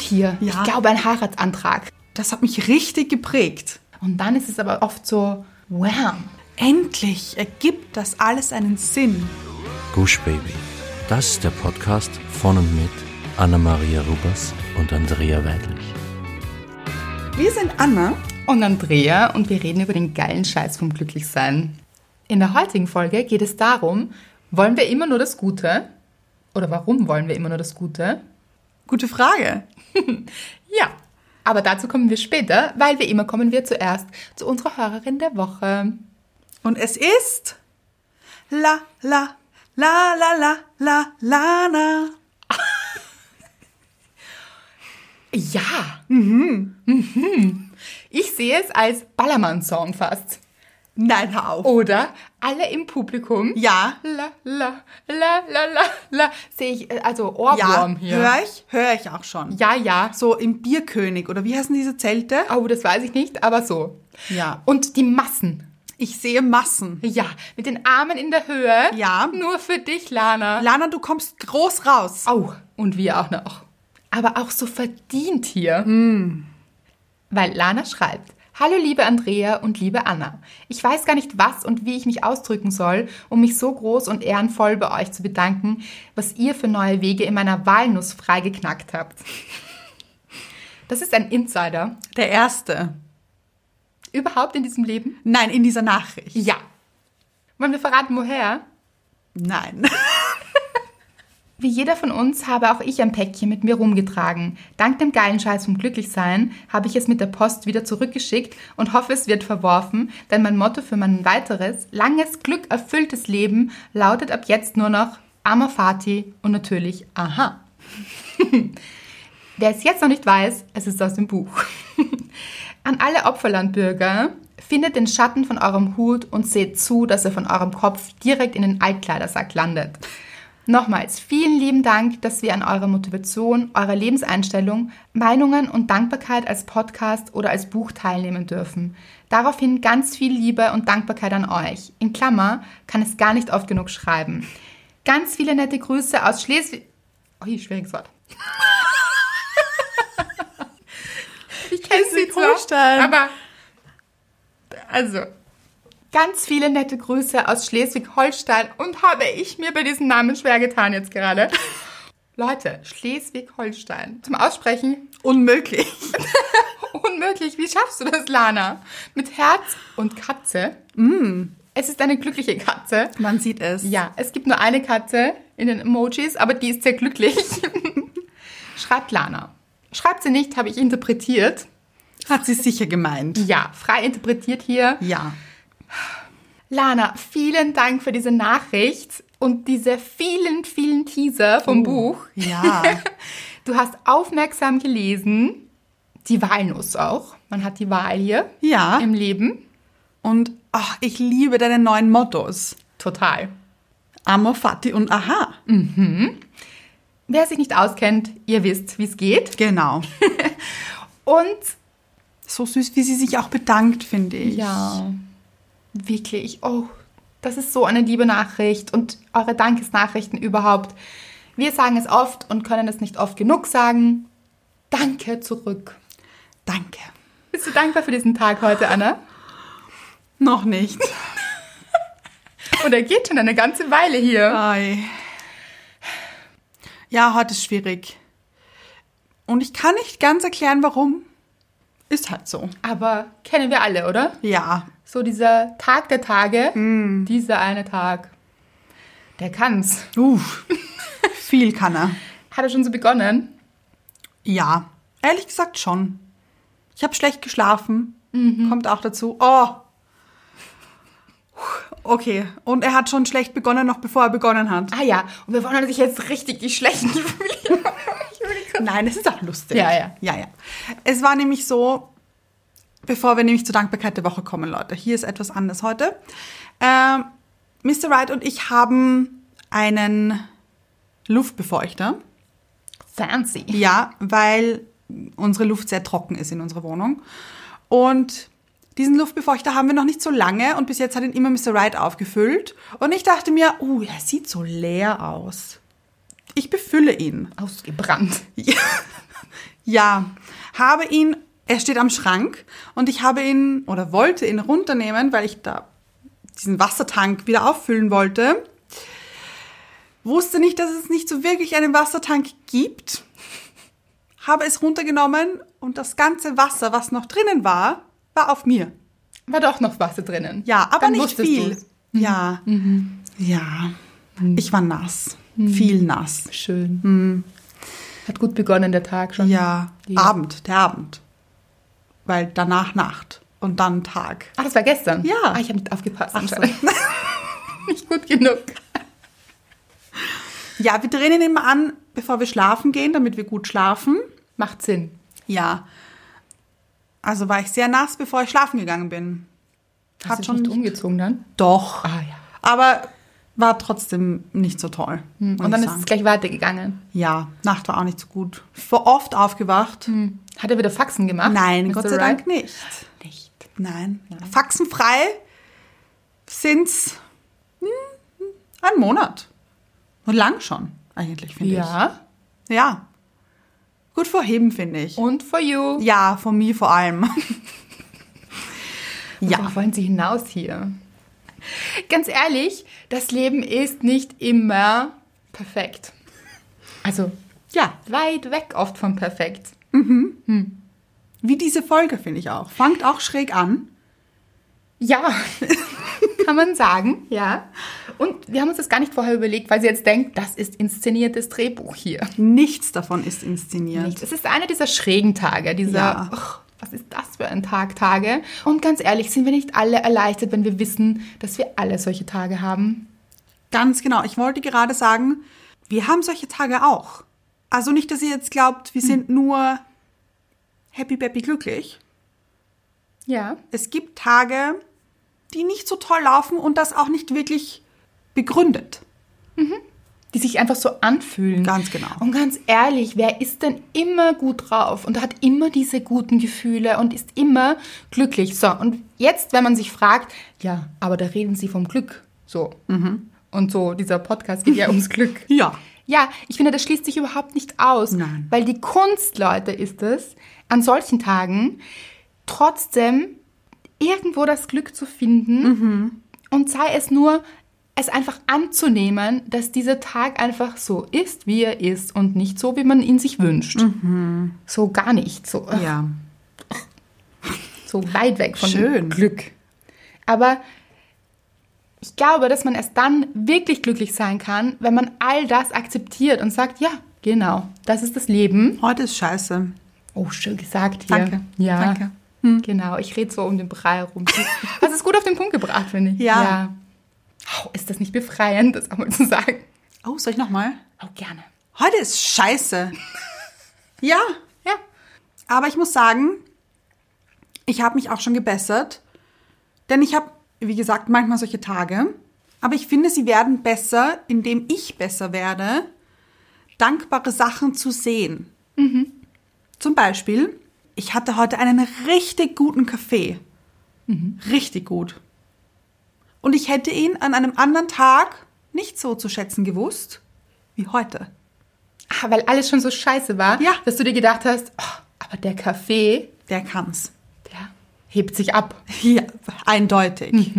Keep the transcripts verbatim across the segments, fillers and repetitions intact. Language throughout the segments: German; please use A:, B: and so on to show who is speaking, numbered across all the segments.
A: Papier.
B: Ja.
A: Ich glaube, ein Heiratsantrag.
B: Das hat mich richtig geprägt.
A: Und dann ist es aber oft so, wow.
B: Endlich ergibt das alles einen Sinn.
C: Gush Baby. Das ist der Podcast von und mit Anna-Maria Rubers und Andrea Weidlich.
B: Wir sind Anna
A: Und Andrea und wir reden über den geilen Scheiß vom Glücklichsein. In der heutigen Folge geht es darum, wollen wir immer nur das Gute? Oder warum wollen wir immer nur das Gute?
B: Gute Frage.
A: Ja, aber dazu kommen wir später, weil wie immer kommen wir zuerst zu unserer Hörerin der Woche.
B: Und es ist La, La, La, La, La, La, Lana.
A: Ja. Mhm. Mhm. Ich sehe es als Ballermann-Song fast.
B: Nein, hör auf.
A: Oder alle im Publikum.
B: Ja.
A: La, la, la, la, la, la. Sehe ich, äh, also Ohrwurm
B: Ja,
A: hier.
B: höre ich, höre ich auch schon.
A: Ja, ja.
B: So im Bierkönig, oder wie heißen diese Zelte?
A: Oh, das weiß ich nicht, aber so.
B: Ja.
A: Und die Massen.
B: Ich sehe Massen.
A: Ja, mit den Armen in der Höhe.
B: Ja.
A: Nur für dich, Lana.
B: Lana, du kommst groß raus.
A: Au, und wir auch noch. Aber auch so verdient hier. Weil Lana schreibt: Hallo liebe Andrea und liebe Anna. Ich weiß gar nicht, was und wie ich mich ausdrücken soll, um mich so groß und ehrenvoll bei euch zu bedanken, was ihr für neue Wege in meiner Walnuss freigeknackt habt. Das ist ein Insider.
B: Der Erste.
A: Überhaupt in diesem Leben?
B: Nein, in dieser Nachricht.
A: Ja. Wollen wir verraten, woher?
B: Nein.
A: Wie jeder von uns habe auch ich ein Päckchen mit mir rumgetragen. Dank dem geilen Scheiß vom Glücklichsein habe ich es mit der Post wieder zurückgeschickt und hoffe, es wird verworfen, denn mein Motto für mein weiteres, langes, glückerfülltes Leben lautet ab jetzt nur noch Amor Fati und natürlich Aha. Wer es jetzt noch nicht weiß, es ist aus dem Buch. An alle Opferlandbürger, findet den Schatten von eurem Hut und seht zu, dass er von eurem Kopf direkt in den Altkleidersack landet. Nochmals, vielen lieben Dank, dass wir an eurer Motivation, eurer Lebenseinstellung, Meinungen und Dankbarkeit als Podcast oder als Buch teilnehmen dürfen. Daraufhin ganz viel Liebe und Dankbarkeit an euch. In Klammer kann es gar nicht oft genug schreiben. Ganz viele nette Grüße aus Schleswig... Oh, schwieriges Wort. Ich kenne sie zwar,
B: Schleswig-Holstein.
A: aber... Also... Ganz viele nette Grüße aus Schleswig-Holstein und habe ich mir bei diesem Namen schwer getan jetzt gerade. Leute, Schleswig-Holstein. Zum Aussprechen
B: Unmöglich.
A: unmöglich. Wie schaffst du das, Lana? Mit Herz und Katze. Mm. Es ist eine glückliche Katze.
B: Man sieht es.
A: Ja, es gibt nur eine Katze in den Emojis, aber die ist sehr glücklich. Schreibt Lana. Schreibt sie nicht, habe ich interpretiert.
B: Hat sie sicher gemeint.
A: Ja, frei interpretiert hier.
B: Ja.
A: Lana, vielen Dank für diese Nachricht und diese vielen, vielen Teaser vom
B: Oh,
A: Buch.
B: ja.
A: Du hast aufmerksam gelesen, die Walnuss auch. Man hat die Wahl hier
B: Ja.
A: im Leben.
B: Und ach, ich liebe deine neuen Mottos.
A: Total.
B: Amor Fati und Aha.
A: Wer sich nicht auskennt, ihr wisst, wie es geht.
B: Genau.
A: Und
B: So süß, wie sie sich auch bedankt, finde ich.
A: ja, wirklich, oh, das ist so eine liebe Nachricht und eure Dankesnachrichten überhaupt. Wir sagen es oft und können es nicht oft genug sagen. Danke zurück.
B: Danke.
A: Bist du dankbar für diesen Tag heute, Anna?
B: Noch nicht.
A: Und er geht schon eine ganze Weile hier.
B: Ei. Ja, heute ist schwierig. Und ich kann nicht ganz erklären, warum. Ist halt so.
A: Aber kennen wir alle, oder?
B: Ja.
A: So dieser Tag der Tage, dieser eine Tag, der kann's.
B: Uff. Viel kann er.
A: Hat er schon so begonnen?
B: Ja. Ehrlich gesagt schon. Ich habe schlecht geschlafen. Kommt auch dazu. Oh. Okay. Und er hat schon schlecht begonnen, noch bevor er begonnen hat.
A: Ah ja, und wir wollen natürlich jetzt richtig die schlechten Gefühle.
B: Nein, es ist auch lustig.
A: Ja, ja.
B: Ja, ja. Es war nämlich so, bevor wir nämlich zur Dankbarkeit der Woche kommen, Leute. Hier ist etwas anders heute. Ähm, Mister Right und ich haben einen Luftbefeuchter.
A: Fancy.
B: Ja, weil unsere Luft sehr trocken ist in unserer Wohnung. Und diesen Luftbefeuchter haben wir noch nicht so lange und bis jetzt hat ihn immer Mister Right aufgefüllt. Und ich dachte mir, oh, er sieht so leer aus. Ich befülle ihn.
A: Ausgebrannt.
B: Ja, Ja, habe ihn, er steht am Schrank und ich habe ihn oder wollte ihn runternehmen, weil ich da diesen Wassertank wieder auffüllen wollte. Wusste nicht, dass es nicht so wirklich einen Wassertank gibt. Habe es runtergenommen und das ganze Wasser, was noch drinnen war, war auf mir.
A: War doch noch Wasser drinnen.
B: Ja, aber
A: Dann
B: nicht
A: wusstest
B: viel.
A: du's.
B: Ja,
A: Mhm.
B: ja.
A: Mhm.
B: Ich war nass. Mhm. Viel nass.
A: Schön.
B: Mhm.
A: Hat gut begonnen der Tag schon.
B: Ja,
A: Ja.
B: Abend, der Abend. Weil danach Nacht und dann Tag.
A: Ach, das war gestern?
B: Ja.
A: Ah, ich habe nicht aufgepasst.
B: Ach so.
A: anscheinend. Nicht gut genug.
B: Ja, wir drehen ihn immer an, bevor wir schlafen gehen, damit wir gut schlafen.
A: Macht Sinn.
B: Ja. Also war ich sehr nass, bevor ich schlafen gegangen bin.
A: Hast
B: Hat
A: du
B: schon
A: nicht umgezogen dann?
B: Doch.
A: Ah ja.
B: Aber war trotzdem nicht so toll.
A: Hm.
B: muss
A: Und dann
B: ich
A: ist
B: sagen.
A: es gleich weitergegangen.
B: Ja, Nacht war auch nicht so gut. Ich war oft aufgewacht.
A: Hm. Hat er wieder Faxen gemacht?
B: Nein,
A: Mister
B: Gott sei
A: Wright?
B: Dank nicht.
A: Nicht.
B: Nein. Faxenfrei sind's hm, ein Monat. Und lang schon, eigentlich, finde
A: Ja.
B: ich. Ja. Gut vorheben, finde ich.
A: Und for you.
B: Ja, von mir vor allem. Ja.
A: Worauf wollen Sie hinaus hier? Ganz ehrlich, das Leben ist nicht immer perfekt. Also
B: Ja,
A: weit weg oft von perfekt.
B: wie diese Folge, finde ich auch. Fangt auch schräg an.
A: Ja, kann man sagen, ja. Und wir haben uns das gar nicht vorher überlegt, weil sie jetzt denkt, das ist inszeniertes Drehbuch hier.
B: Nichts davon ist inszeniert.
A: Nicht. Es ist einer dieser schrägen Tage, dieser,
B: Ja.
A: ach, was ist das für ein Tag, Tage. Und ganz ehrlich, sind wir nicht alle erleichtert, wenn wir wissen, dass wir alle solche Tage haben?
B: Ganz genau. Ich wollte gerade sagen, wir haben solche Tage auch. Also nicht, dass ihr jetzt glaubt, wir sind nur happy, happy, glücklich.
A: Ja.
B: Es gibt Tage, die nicht so toll laufen und das auch nicht wirklich begründet.
A: Die sich einfach so anfühlen.
B: Ganz genau.
A: Und ganz ehrlich, wer ist denn immer gut drauf und hat immer diese guten Gefühle und ist immer glücklich? So, und jetzt, wenn man sich fragt, ja, aber da reden sie vom Glück. So. Und so, dieser Podcast geht ja ums Glück.
B: Ja.
A: Ja, ich finde, das schließt sich überhaupt nicht aus.
B: Nein.
A: Weil die Kunst, Leute, ist es, an solchen Tagen trotzdem irgendwo das Glück zu finden und sei es nur, es einfach anzunehmen, dass dieser Tag einfach so ist, wie er ist und nicht so, wie man ihn sich wünscht. So gar nicht. So, ach,
B: Ja.
A: so weit weg von
B: Schön.
A: Glück. Aber ich glaube, dass man erst dann wirklich glücklich sein kann, wenn man all das akzeptiert und sagt, ja, genau, das ist das Leben.
B: Heute ist scheiße.
A: Oh, schön gesagt hier.
B: Danke.
A: Ja,
B: Danke.
A: genau. Ich rede so um den Brei rum. Das ist gut auf den Punkt gebracht, finde ich.
B: Ja.
A: ja. Oh, ist das nicht befreiend, das auch mal zu sagen?
B: Oh, soll ich nochmal?
A: Oh, gerne.
B: Heute ist scheiße. Ja.
A: Ja.
B: Aber ich muss sagen, ich habe mich auch schon gebessert. Denn ich habe, wie gesagt, manchmal solche Tage. Aber ich finde, sie werden besser, indem ich besser werde, dankbare Sachen zu sehen. Zum Beispiel, ich hatte heute einen richtig guten Kaffee. Richtig gut. Und ich hätte ihn an einem anderen Tag nicht so zu schätzen gewusst wie heute.
A: Ah, weil alles schon so scheiße war,
B: Ja.
A: dass du dir gedacht hast, oh, aber der Kaffee,
B: Der kann's.
A: der hebt sich ab.
B: Ja, eindeutig.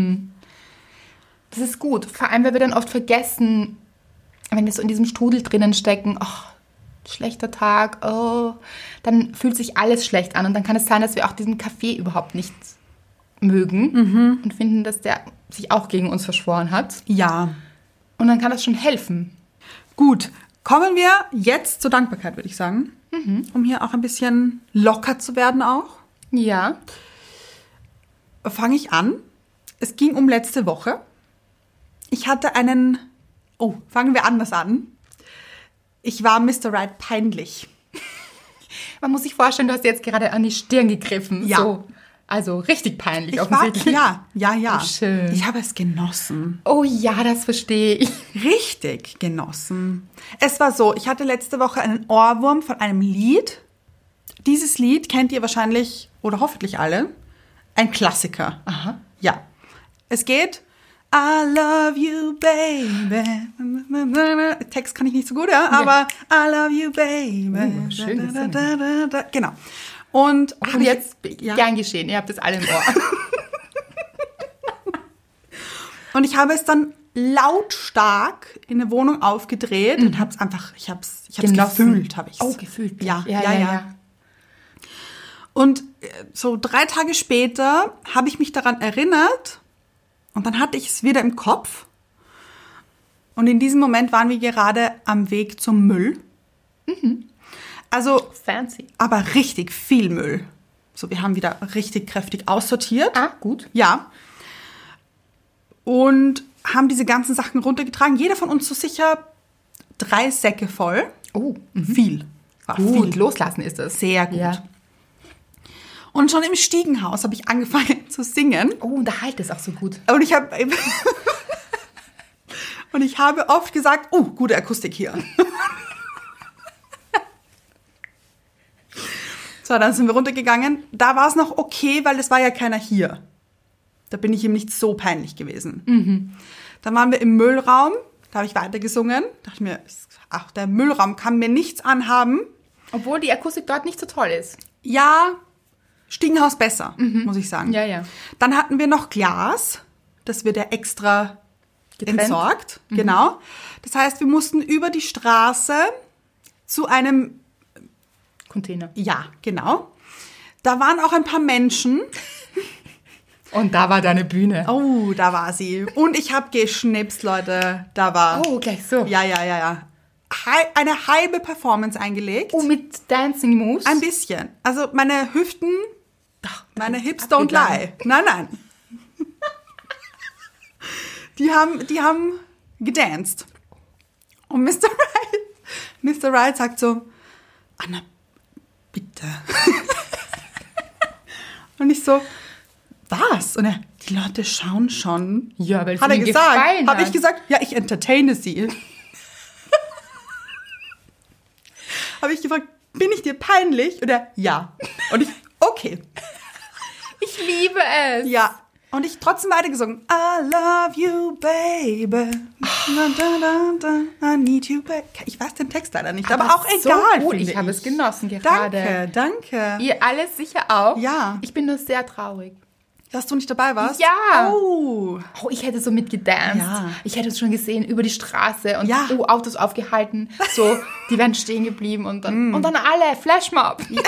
A: Das ist gut. Vor allem, weil wir dann oft vergessen, wenn wir so in diesem Strudel drinnen stecken, oh, schlechter Tag, oh, dann fühlt sich alles schlecht an. Und dann kann es sein, dass wir auch diesen Kaffee überhaupt nicht mögen und finden, dass der sich auch gegen uns verschworen hat.
B: Ja.
A: Und dann kann das schon helfen.
B: Gut, kommen wir jetzt zur Dankbarkeit, würde ich sagen. Um hier auch ein bisschen locker zu werden auch.
A: Ja.
B: Fange ich an. Es ging um letzte Woche. Ich hatte einen... Oh, fangen wir anders an. Ich war Mister Right peinlich.
A: Man muss sich vorstellen, du hast jetzt gerade an die Stirn gegriffen.
B: Ja.
A: So. Also richtig peinlich
B: Ich war,
A: offensichtlich.
B: ja, ja, ja.
A: Oh, schön.
B: Ich habe es genossen.
A: Oh ja, das verstehe ich.
B: Richtig genossen. Es war so, ich hatte letzte Woche einen Ohrwurm von einem Lied. Dieses Lied kennt ihr wahrscheinlich oder hoffentlich alle. Ein Klassiker.
A: Aha.
B: Ja. Es geht, I love you, baby. Text kann ich nicht so gut, ja, aber I love you, baby.
A: Oh, schön
B: da, da, da, da, genau. Und,
A: Und jetzt,
B: ja.
A: gern geschehen, ihr habt das alle im Ohr.
B: Und ich habe es dann lautstark in der Wohnung aufgedreht mhm. und habe es einfach, ich habe es ich hab's gefühlt, habe ich es.
A: Oh, gefühlt.
B: Ja,
A: ja,
B: ja,
A: ja.
B: ja. ja. Und so drei Tage später habe ich mich daran erinnert und dann hatte ich es wieder im Kopf. Und in diesem Moment waren wir gerade am Weg zum Müll. Mhm. Also,
A: fancy.
B: Aber richtig viel Müll. So, wir haben wieder richtig kräftig aussortiert.
A: Ah, gut.
B: Ja. Und haben diese ganzen Sachen runtergetragen. Jeder von uns so sicher drei Säcke voll.
A: Oh,
B: mhm. viel.
A: War gut, viel. Loslassen ist das.
B: Sehr gut.
A: Ja.
B: Und schon im Stiegenhaus habe ich angefangen zu singen.
A: Oh, und da halt es auch so gut.
B: Und ich habe und ich habe oft gesagt, oh, gute Akustik hier. So, dann sind wir runtergegangen. Da war es noch okay, weil es war ja keiner hier. Da bin ich ihm nicht so peinlich gewesen. Mhm. Dann waren wir im Müllraum. Da habe ich weitergesungen. Da dachte ich mir, ach, der Müllraum kann mir nichts anhaben.
A: Obwohl die Akustik dort nicht so toll ist.
B: Ja, Stiegenhaus besser, mhm. muss ich sagen.
A: Ja, ja.
B: Dann hatten wir noch Glas. Das wird ja extra
A: getrennt.
B: Entsorgt. Mhm. Genau. Das heißt, wir mussten über die Straße zu einem
A: Container.
B: Ja, genau. Da waren auch ein paar Menschen.
A: Und da war deine Bühne.
B: Oh, da war sie. Und ich habe geschnipst, Leute. Da war...
A: Oh, gleich so.
B: Ja, ja, ja, ja. Hei- eine halbe Performance eingelegt.
A: Oh, mit Dancing Moves?
B: Ein bisschen. Also meine Hüften,
A: Doch,
B: meine Hips don't lie. Nein, nein. Die haben, die haben gedanced. Und Mister Wright, Mister Wright sagt so, Anna, bitte. Und ich so, was? Und er, die Leute schauen schon.
A: Ja, weil es
B: hat er
A: ihnen
B: gesagt.
A: gefallen hat.
B: Habe ich gesagt, ja, ich entertaine sie. Habe ich gefragt, bin ich dir peinlich? Und er, ja. Und ich, okay.
A: Ich liebe es.
B: Ja. Und ich trotzdem weitergesungen. I love you, baby. Da, da, da, I need you back. Ich weiß den Text leider nicht, aber, aber auch
A: so
B: egal.
A: Gut. Ich, ich habe es genossen gerade.
B: Danke, danke.
A: Ihr alles sicher auch?
B: Ja.
A: Ich bin nur sehr traurig.
B: Dass du nicht dabei warst?
A: Ja.
B: Oh.
A: Oh, ich hätte so mitgedanced.
B: Ja.
A: Ich hätte es schon gesehen über die Straße und
B: ja.
A: oh, Autos aufgehalten. So, die wären stehen geblieben und dann, mm. und dann alle, Flashmob. Ja.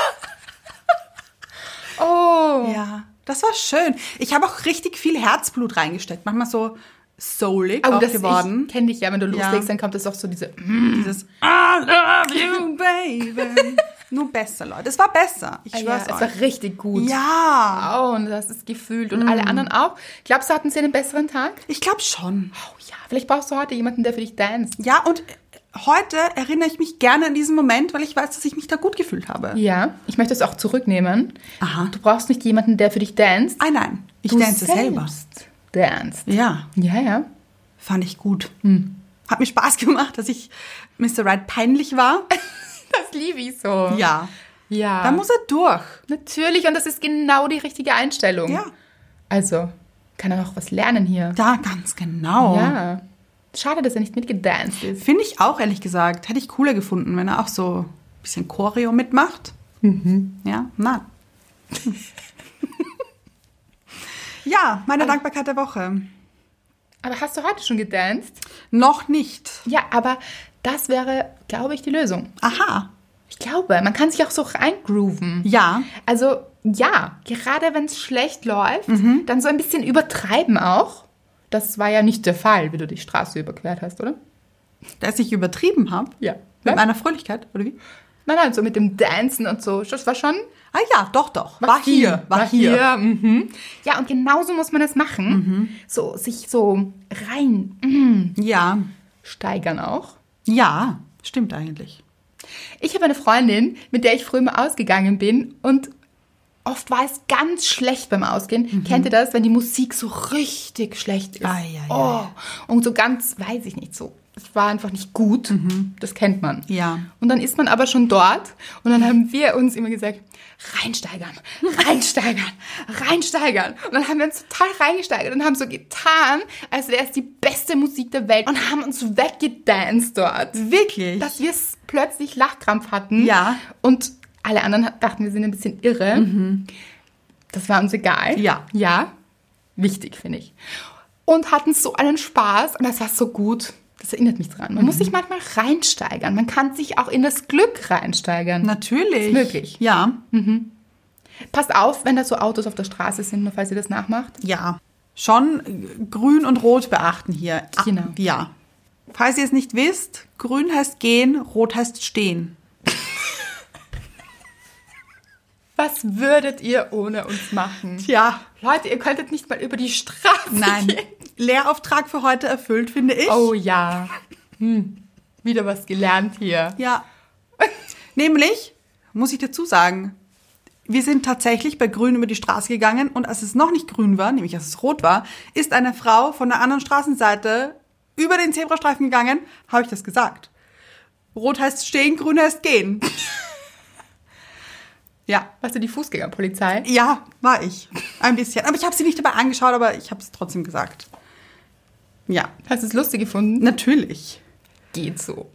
A: Oh.
B: Ja, das war schön. Ich habe auch richtig viel Herzblut reingesteckt. Manchmal so soulig
A: oh,
B: auch
A: das
B: geworden.
A: Ich kenne dich ja, wenn du loslegst, ja. Dann kommt das auch so diese mm.
B: dieses I love you, baby. Nur besser, Leute. Es war besser. Ich schwör's
A: ja,
B: euch.
A: Es war richtig gut.
B: Ja.
A: Oh, und du hast es gefühlt. Und mm. alle anderen auch. Glaubst du, hatten sie einen besseren Tag?
B: Ich glaube schon.
A: Oh ja, vielleicht brauchst du heute jemanden, der für dich danced.
B: Ja, und heute erinnere ich mich gerne an diesen Moment, weil ich weiß, dass ich mich da gut gefühlt habe.
A: Ja, ich möchte es auch zurücknehmen.
B: Aha.
A: Du brauchst nicht jemanden, der für dich danced.
B: Ah, nein. Ich
A: du
B: dance selber.
A: Danced.
B: Ja.
A: Ja, ja.
B: Fand ich gut. Hm. Hat mir Spaß gemacht, dass ich Mister Wright peinlich war.
A: Das liebe ich so.
B: Ja.
A: Ja.
B: Da muss er durch.
A: Natürlich, und das ist genau die richtige Einstellung.
B: Ja.
A: Also, kann er noch was lernen hier.
B: Da, ganz genau.
A: Ja. Schade, dass er nicht mitgedanced ist.
B: Finde ich auch, ehrlich gesagt. Hätte ich cooler gefunden, wenn er auch so ein bisschen Choreo mitmacht. Mhm. Ja, na. Ja, meine aber, Dankbarkeit der Woche.
A: Aber hast du heute schon gedanced?
B: Noch nicht.
A: Ja, aber das wäre, glaube ich, die Lösung.
B: Aha.
A: Ich glaube, man kann sich auch so reingrooven.
B: Ja.
A: Also, ja, gerade wenn es schlecht läuft, mhm. dann so ein bisschen übertreiben auch. Das war ja nicht der Fall, wie du die Straße überquert hast, oder?
B: Dass ich übertrieben habe?
A: Ja.
B: Mit
A: ja?
B: meiner Fröhlichkeit, oder wie?
A: Nein, nein, so mit dem Dancen und so. Das war schon...
B: Ah ja, doch, doch. War, war hier.
A: War, war hier. hier. Mhm. Ja, und genauso muss man das machen. Mhm. So, sich so rein... Mhm.
B: Ja.
A: Steigern auch.
B: Ja, stimmt eigentlich.
A: Ich habe eine Freundin, mit der ich früher mal ausgegangen bin und oft war es ganz schlecht beim Ausgehen. Mhm. Kennt ihr das, wenn die Musik so richtig schlecht ist?
B: Ah, ja, ja.
A: Oh, und so ganz, weiß ich nicht, so es war einfach nicht gut. Das kennt man.
B: Ja.
A: Und dann ist man aber schon dort und dann haben wir uns immer gesagt, reinsteigern, reinsteigern, reinsteigern. Und dann haben wir uns total reingesteigert und haben so getan, als wäre es die beste Musik der Welt und haben uns weggedanced dort.
B: Wirklich?
A: Dass wir plötzlich Lachkrampf hatten.
B: Ja.
A: Und alle anderen dachten, wir sind ein bisschen irre. Mhm. Das war uns egal.
B: Ja.
A: Ja. Wichtig, finde ich. Und hatten so einen Spaß und das war so gut. Das erinnert mich dran. Man mhm. muss sich manchmal reinsteigern. Man kann sich auch in das Glück reinsteigern.
B: Natürlich.
A: Ist möglich.
B: Ja.
A: Mhm. Passt auf, wenn da so Autos auf der Straße sind, nur falls ihr das nachmacht.
B: Ja. Schon grün und rot beachten hier.
A: Genau.
B: Ah, ja. Falls ihr es nicht wisst, grün heißt gehen, rot heißt stehen.
A: Was würdet ihr ohne uns machen?
B: Tja.
A: Leute, ihr könntet nicht mal über die Straße
B: Nein.
A: gehen.
B: Lehrauftrag für heute erfüllt, finde ich.
A: Oh ja. Hm. Wieder was gelernt hier.
B: Ja. Nämlich, muss ich dazu sagen, wir sind tatsächlich bei Grün über die Straße gegangen und als es noch nicht grün war, nämlich als es rot war, ist eine Frau von der anderen Straßenseite über den Zebrastreifen gegangen, habe ich das gesagt. Rot heißt stehen, grün heißt gehen. Ja.
A: Warst du die Fußgängerpolizei?
B: Ja, war ich. Ein bisschen. Aber ich habe sie nicht dabei angeschaut, aber ich habe es trotzdem gesagt. Ja.
A: Hast du es lustig gefunden?
B: Natürlich.
A: Geht so.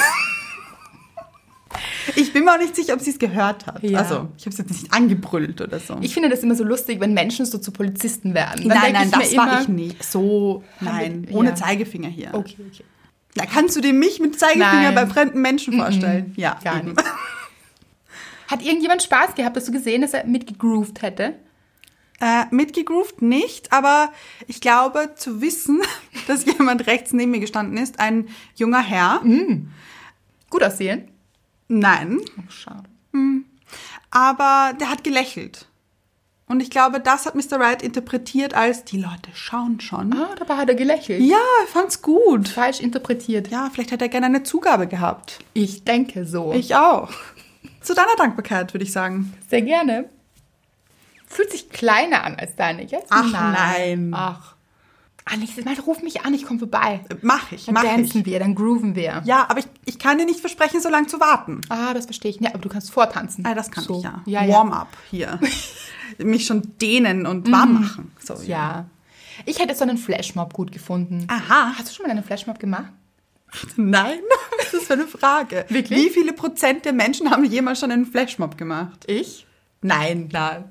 B: Ich bin mir auch nicht sicher, ob sie es gehört hat.
A: Ja.
B: Also, ich habe es jetzt nicht angebrüllt oder so.
A: Ich finde das immer so lustig, wenn Menschen so zu Polizisten werden. Dann
B: nein,
A: denke
B: nein,
A: ich
B: das
A: mir
B: war
A: immer,
B: ich nicht. So, nein,
A: wir-
B: ohne
A: ja.
B: Zeigefinger hier.
A: Okay, okay.
B: Da kannst du dir mich mit Zeigefinger
A: Nein.
B: bei fremden Menschen vorstellen.
A: Mhm.
B: Ja,
A: Gar
B: eben.
A: nicht. Hat irgendjemand Spaß gehabt? Hast du gesehen, dass er mitgegroovt hätte?
B: Äh, mitgegroovt nicht, aber ich glaube zu wissen, dass jemand rechts neben mir gestanden ist, ein junger Herr.
A: Gut aussehen.
B: Nein,
A: Oh, schade.
B: aber der hat gelächelt. Und ich glaube, das hat Mister Wright interpretiert als, die Leute schauen schon.
A: Ah, dabei hat er gelächelt.
B: Ja, er fand's gut.
A: Falsch interpretiert.
B: Ja, vielleicht hat er gerne eine Zugabe gehabt.
A: Ich denke so.
B: Ich auch. Zu deiner Dankbarkeit, würde ich sagen.
A: Sehr gerne. Fühlt sich kleiner an als deine jetzt?
B: Ach, nein.
A: Ach. Ah, nächstes Mal ruf mich an, ich komme vorbei.
B: Mach ich,
A: Dann
B: mach
A: dancen
B: ich.
A: wir, dann grooven wir.
B: Ja, aber ich, ich kann dir nicht versprechen, so lange zu warten.
A: Ah, das verstehe ich. Ja, aber du kannst vortanzen.
B: Ah, das kann
A: so.
B: ich ja.
A: Ja, ja.
B: Warm-up hier. Mich schon dehnen und warm machen. So,
A: Ja. Ich hätte so einen Flashmob gut gefunden.
B: Aha.
A: Hast du schon mal einen Flashmob gemacht?
B: Nein? Was ist das für eine Frage?
A: Wirklich?
B: Wie viele Prozent der Menschen haben jemals schon einen Flashmob gemacht?
A: Ich?
B: Nein.
A: Nein.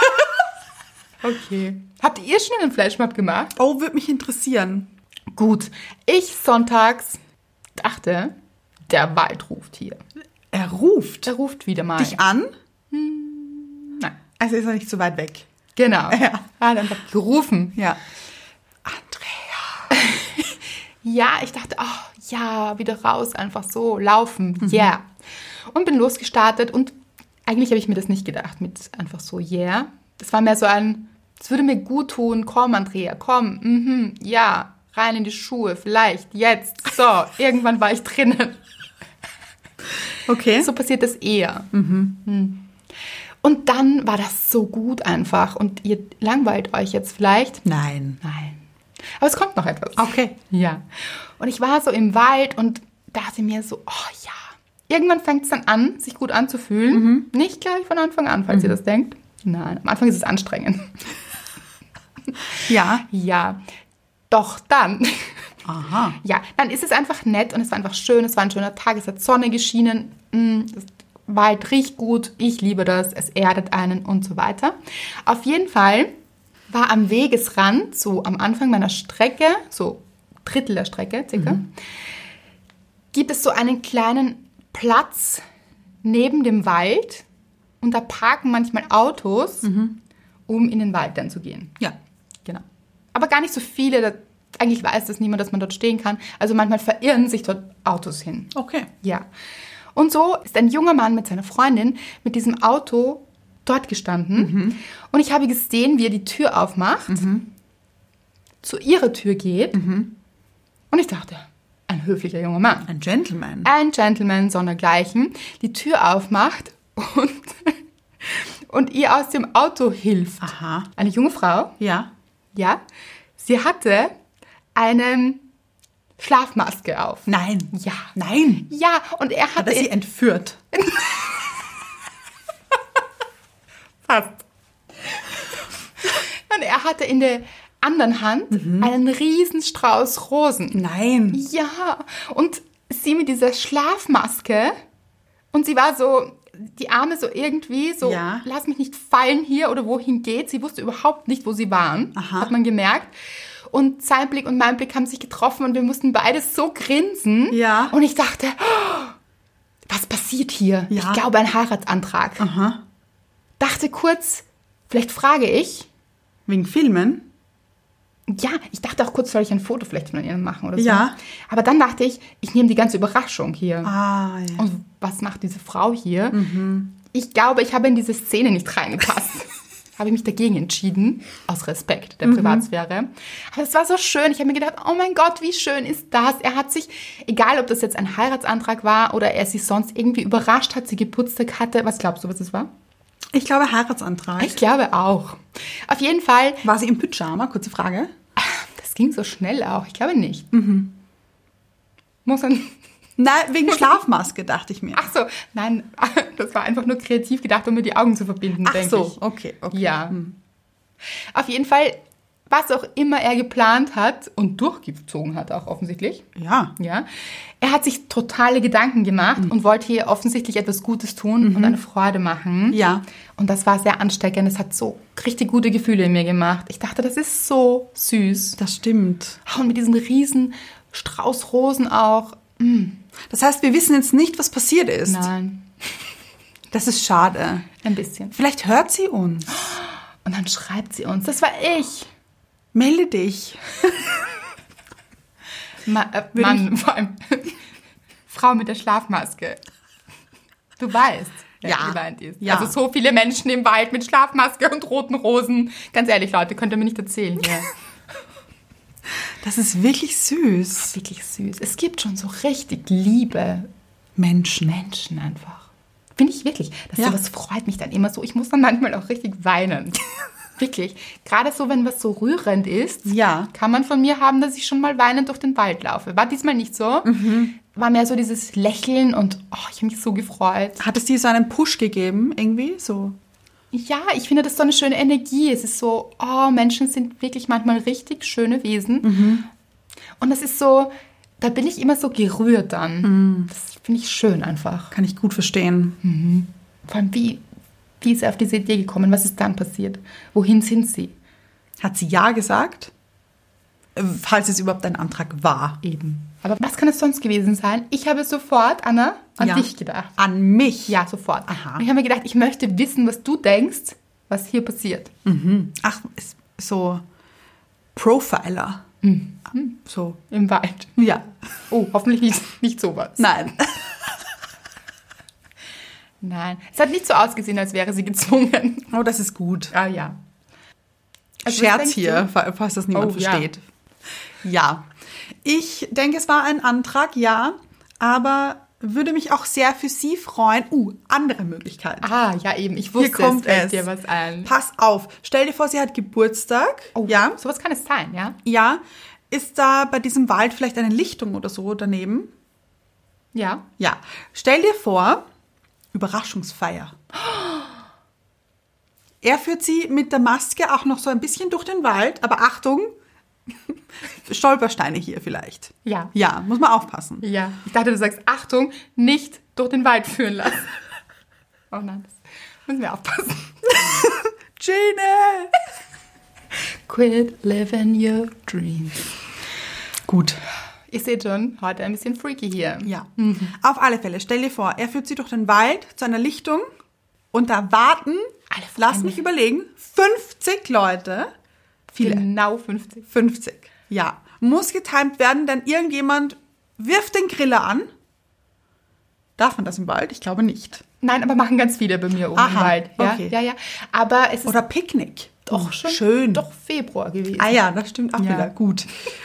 A: Okay. Habt ihr schon einen Flashmob gemacht?
B: Oh, würde mich interessieren.
A: Gut. Ich sonntags dachte, der Wald ruft hier.
B: Er ruft
A: Der ruft wieder mal.
B: dich an,
A: Nein.
B: also ist er nicht so weit weg.
A: Genau.
B: Ja.
A: Er hat einfach gerufen.
B: Ja.
A: Andrea. Ja, ich dachte, oh, ja, wieder raus, einfach so, laufen, yeah. Und bin losgestartet und eigentlich habe ich mir das nicht gedacht mit einfach so, yeah. Das war mehr so ein, das würde mir gut tun, komm, Andrea, komm, mhm, ja, rein in die Schuhe, vielleicht, jetzt, so, irgendwann war ich drinnen.
B: Okay.
A: So passiert das eher. Mhm. Und dann war das so gut einfach und ihr langweilt euch jetzt vielleicht.
B: Nein.
A: Nein. Aber es kommt noch etwas.
B: Okay.
A: Ja. Und ich war so im Wald und dachte mir so, oh ja. Irgendwann fängt es dann an, sich gut anzufühlen. Nicht gleich von Anfang an, falls ihr das denkt. Nein, am Anfang ist es anstrengend.
B: Ja.
A: Ja. Doch dann.
B: Aha.
A: Ja, dann ist es einfach nett und es war einfach schön. Es war ein schöner Tag, es hat Sonne geschienen. Mm, Das Wald riecht gut. Ich liebe das. Es erdet einen und so weiter. Auf jeden Fall war am Wegesrand, so am Anfang meiner Strecke, so Drittel der Strecke circa, gibt es so einen kleinen Platz neben dem Wald und da parken manchmal Autos, um in den Wald dann zu gehen.
B: Ja.
A: Genau. Aber gar nicht so viele, da, eigentlich weiß das niemand, dass man dort stehen kann. Also manchmal verirren sich dort Autos hin.
B: Okay.
A: Ja. Und so ist ein junger Mann mit seiner Freundin mit diesem Auto dort gestanden. Und ich habe gesehen, wie er die Tür aufmacht, zu ihrer Tür geht. Und ich dachte, ein höflicher junger Mann.
B: Ein Gentleman.
A: Ein Gentleman, sondergleichen, die Tür aufmacht und, und ihr aus dem Auto hilft.
B: Aha.
A: Eine junge Frau,
B: Ja.
A: ja. Sie hatte einen Schlafmaske auf.
B: Nein.
A: Ja.
B: Nein.
A: Ja, und er
B: Hat
A: hatte...
B: er sie entführt?
A: Fast. Und er hatte in der anderen Hand mhm. einen riesen Strauß Rosen.
B: Nein.
A: Ja, und sie mit dieser Schlafmaske und sie war so, die Arme so irgendwie so,
B: ja.
A: lass mich nicht fallen hier oder wohin geht. Sie wusste überhaupt nicht, wo sie waren,
B: Aha.
A: hat man gemerkt. Und sein Blick und mein Blick haben sich getroffen und wir mussten beide so grinsen.
B: Ja.
A: Und ich dachte, oh, was passiert hier?
B: Ja.
A: Ich glaube, ein Heiratsantrag.
B: Aha.
A: Dachte kurz, vielleicht frage ich.
B: Wegen Filmen?
A: Ja, ich dachte auch kurz, soll ich ein Foto vielleicht von ihr machen oder so.
B: Ja.
A: Aber dann dachte ich, ich nehme die ganze Überraschung hier.
B: Ah, ja.
A: Und was macht diese Frau hier? Mhm. Ich glaube, ich habe in diese Szene nicht reingepasst. Habe ich mich dagegen entschieden, aus Respekt der Privatsphäre. Mhm. Aber es war so schön. Ich habe mir gedacht, oh mein Gott, wie schön ist das? Er hat sich, egal ob das jetzt ein Heiratsantrag war oder er sie sonst irgendwie überrascht hat, sie Geburtstag hatte. Was glaubst du, was es war?
B: Ich glaube, Heiratsantrag.
A: Ich glaube auch. Auf jeden Fall.
B: War sie im Pyjama? Kurze Frage.
A: Das ging so schnell auch. Ich glaube nicht. Mhm. Muss man...
B: Nein, wegen Schlafmaske, dachte ich mir.
A: Ach so, nein, das war einfach nur kreativ gedacht, um mir die Augen zu verbinden,
B: Ach
A: denke
B: so,
A: ich.
B: okay, okay.
A: Ja. Hm. Auf jeden Fall, was auch immer er geplant hat und durchgezogen hat auch offensichtlich.
B: Ja.
A: Ja. Er hat sich totale Gedanken gemacht mhm. und wollte hier offensichtlich etwas Gutes tun mhm. und eine Freude machen.
B: Ja.
A: Und das war sehr ansteckend. Es hat so richtig gute Gefühle in mir gemacht. Ich dachte, das ist so süß.
B: Das stimmt.
A: Und mit diesem riesen Strauß Rosen auch. Mm.
B: Das heißt, wir wissen jetzt nicht, was passiert ist.
A: Nein.
B: Das ist schade.
A: Ein bisschen.
B: Vielleicht hört sie uns.
A: Und dann schreibt sie uns. Das war ich.
B: Melde dich.
A: Ma äh, Mann, vor allem Frau mit der Schlafmaske. Du weißt, wer
B: ja.
A: gemeint ist.
B: Ja.
A: Also so viele Menschen im Wald mit Schlafmaske und roten Rosen. Ganz ehrlich, Leute, könnt ihr mir nicht erzählen. Ja.
B: Das ist wirklich süß.
A: Wirklich süß. Es gibt schon so richtig liebe
B: Menschen.
A: Menschen einfach. Finde ich wirklich. Das
B: ja.
A: sowas freut mich dann immer so. Ich muss dann manchmal auch richtig weinen. Wirklich. Gerade so, wenn was so rührend ist,
B: ja.
A: kann man von mir haben, dass ich schon mal weinend durch den Wald laufe. War diesmal nicht so. Mhm. War mehr so dieses Lächeln und oh, ich habe mich so gefreut.
B: Hat es dir so einen Push gegeben, irgendwie? So.
A: Ja, ich finde das so eine schöne Energie. Es ist so, oh, Menschen sind wirklich manchmal richtig schöne Wesen. Mhm. Und das ist so, da bin ich immer so gerührt dann. Mhm. Das finde ich schön einfach.
B: Kann ich gut verstehen.
A: Mhm. Vor allem, wie, wie ist er auf diese Idee gekommen? Was ist dann passiert? Wohin sind sie?
B: Hat sie ja gesagt? Falls es überhaupt ein Antrag war.
A: Eben. Aber was kann es sonst gewesen sein? Ich habe sofort, Anna, an
B: ja.
A: dich gedacht.
B: An mich?
A: Ja, sofort.
B: Aha.
A: Und ich habe mir gedacht, ich möchte wissen, was du denkst, was hier passiert.
B: Mhm. Ach, ist so Profiler.
A: Mhm.
B: So.
A: Im Wald.
B: Ja.
A: Oh, hoffentlich nicht, nicht sowas.
B: Nein.
A: Nein. Es hat nicht so ausgesehen, als wäre sie gezwungen.
B: Oh, das ist gut.
A: Ah, ja.
B: Also, Scherz hier, du? falls das niemand oh, versteht. Ja. ja. Ich denke, es war ein Antrag, ja, aber würde mich auch sehr für sie freuen. Uh, andere Möglichkeit.
A: Ah, ja eben, ich wusste,
B: Hier kommt
A: es fällt
B: es.
A: dir was ein.
B: Pass auf, stell dir vor, sie hat Geburtstag.
A: Oh,
B: ja.
A: Sowas kann es sein, ja?
B: Ja. Ist da bei diesem Wald vielleicht eine Lichtung oder so daneben?
A: Ja.
B: Ja. Stell dir vor, Überraschungsfeier. Er führt sie mit der Maske auch noch so ein bisschen durch den Wald, aber Achtung, Stolpersteine hier vielleicht.
A: Ja.
B: Ja, muss man aufpassen.
A: Ja. Ich dachte, du sagst, Achtung, nicht durch den Wald führen lassen. Oh nein, das müssen wir aufpassen.
B: Gene!
A: Quit living your dreams.
B: Gut.
A: Ihr seht schon, heute ein bisschen freaky hier.
B: Ja. Mhm. Auf alle Fälle, stell dir vor, er führt sie durch den Wald zu einer Lichtung und da warten, lass mich überlegen, fünfzig Leute.
A: Viele. Genau fünfzig.
B: fünfzig, ja. Muss getimt werden, denn irgendjemand wirft den Griller an. Darf man das im Wald? Ich glaube nicht.
A: Nein, aber machen ganz viele bei mir oben
B: Aha,
A: im Wald. Ja,
B: okay.
A: ja, ja. Aber es ist
B: Oder Picknick.
A: doch schon
B: schön.
A: Doch Februar gewesen.
B: Ah ja, das stimmt auch
A: Ja.
B: wieder. Gut.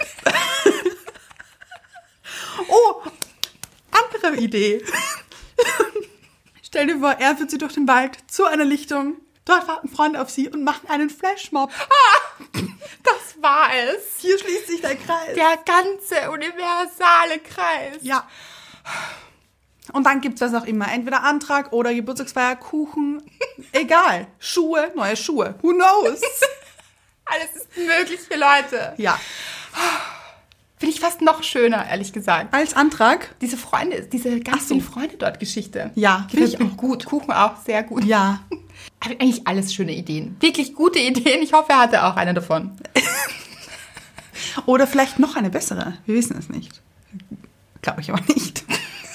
B: Oh, andere Idee. Stell dir vor, er führt sie durch den Wald zu einer Lichtung. Dort warten Freunde auf sie und machen einen Flashmob.
A: Ah, das war es.
B: Hier schließt sich der Kreis.
A: Der ganze universale Kreis.
B: Ja. Und dann gibt's was auch immer. Entweder Antrag oder Geburtstagsfeier, Kuchen. Egal. Schuhe, neue Schuhe. Who knows?
A: Alles ist möglich für Leute.
B: Ja.
A: Finde ich fast noch schöner, ehrlich gesagt.
B: Als Antrag?
A: Diese Freunde, diese ganz
B: Ach so.
A: vielen Freunde dort Geschichte.
B: Ja, finde ich auch
A: gut. Kuchen auch, sehr gut.
B: Ja.
A: Aber eigentlich alles schöne Ideen. Wirklich gute Ideen. Ich hoffe, er hatte auch eine davon.
B: Oder vielleicht noch eine bessere. Wir wissen es nicht. Glaube ich aber nicht.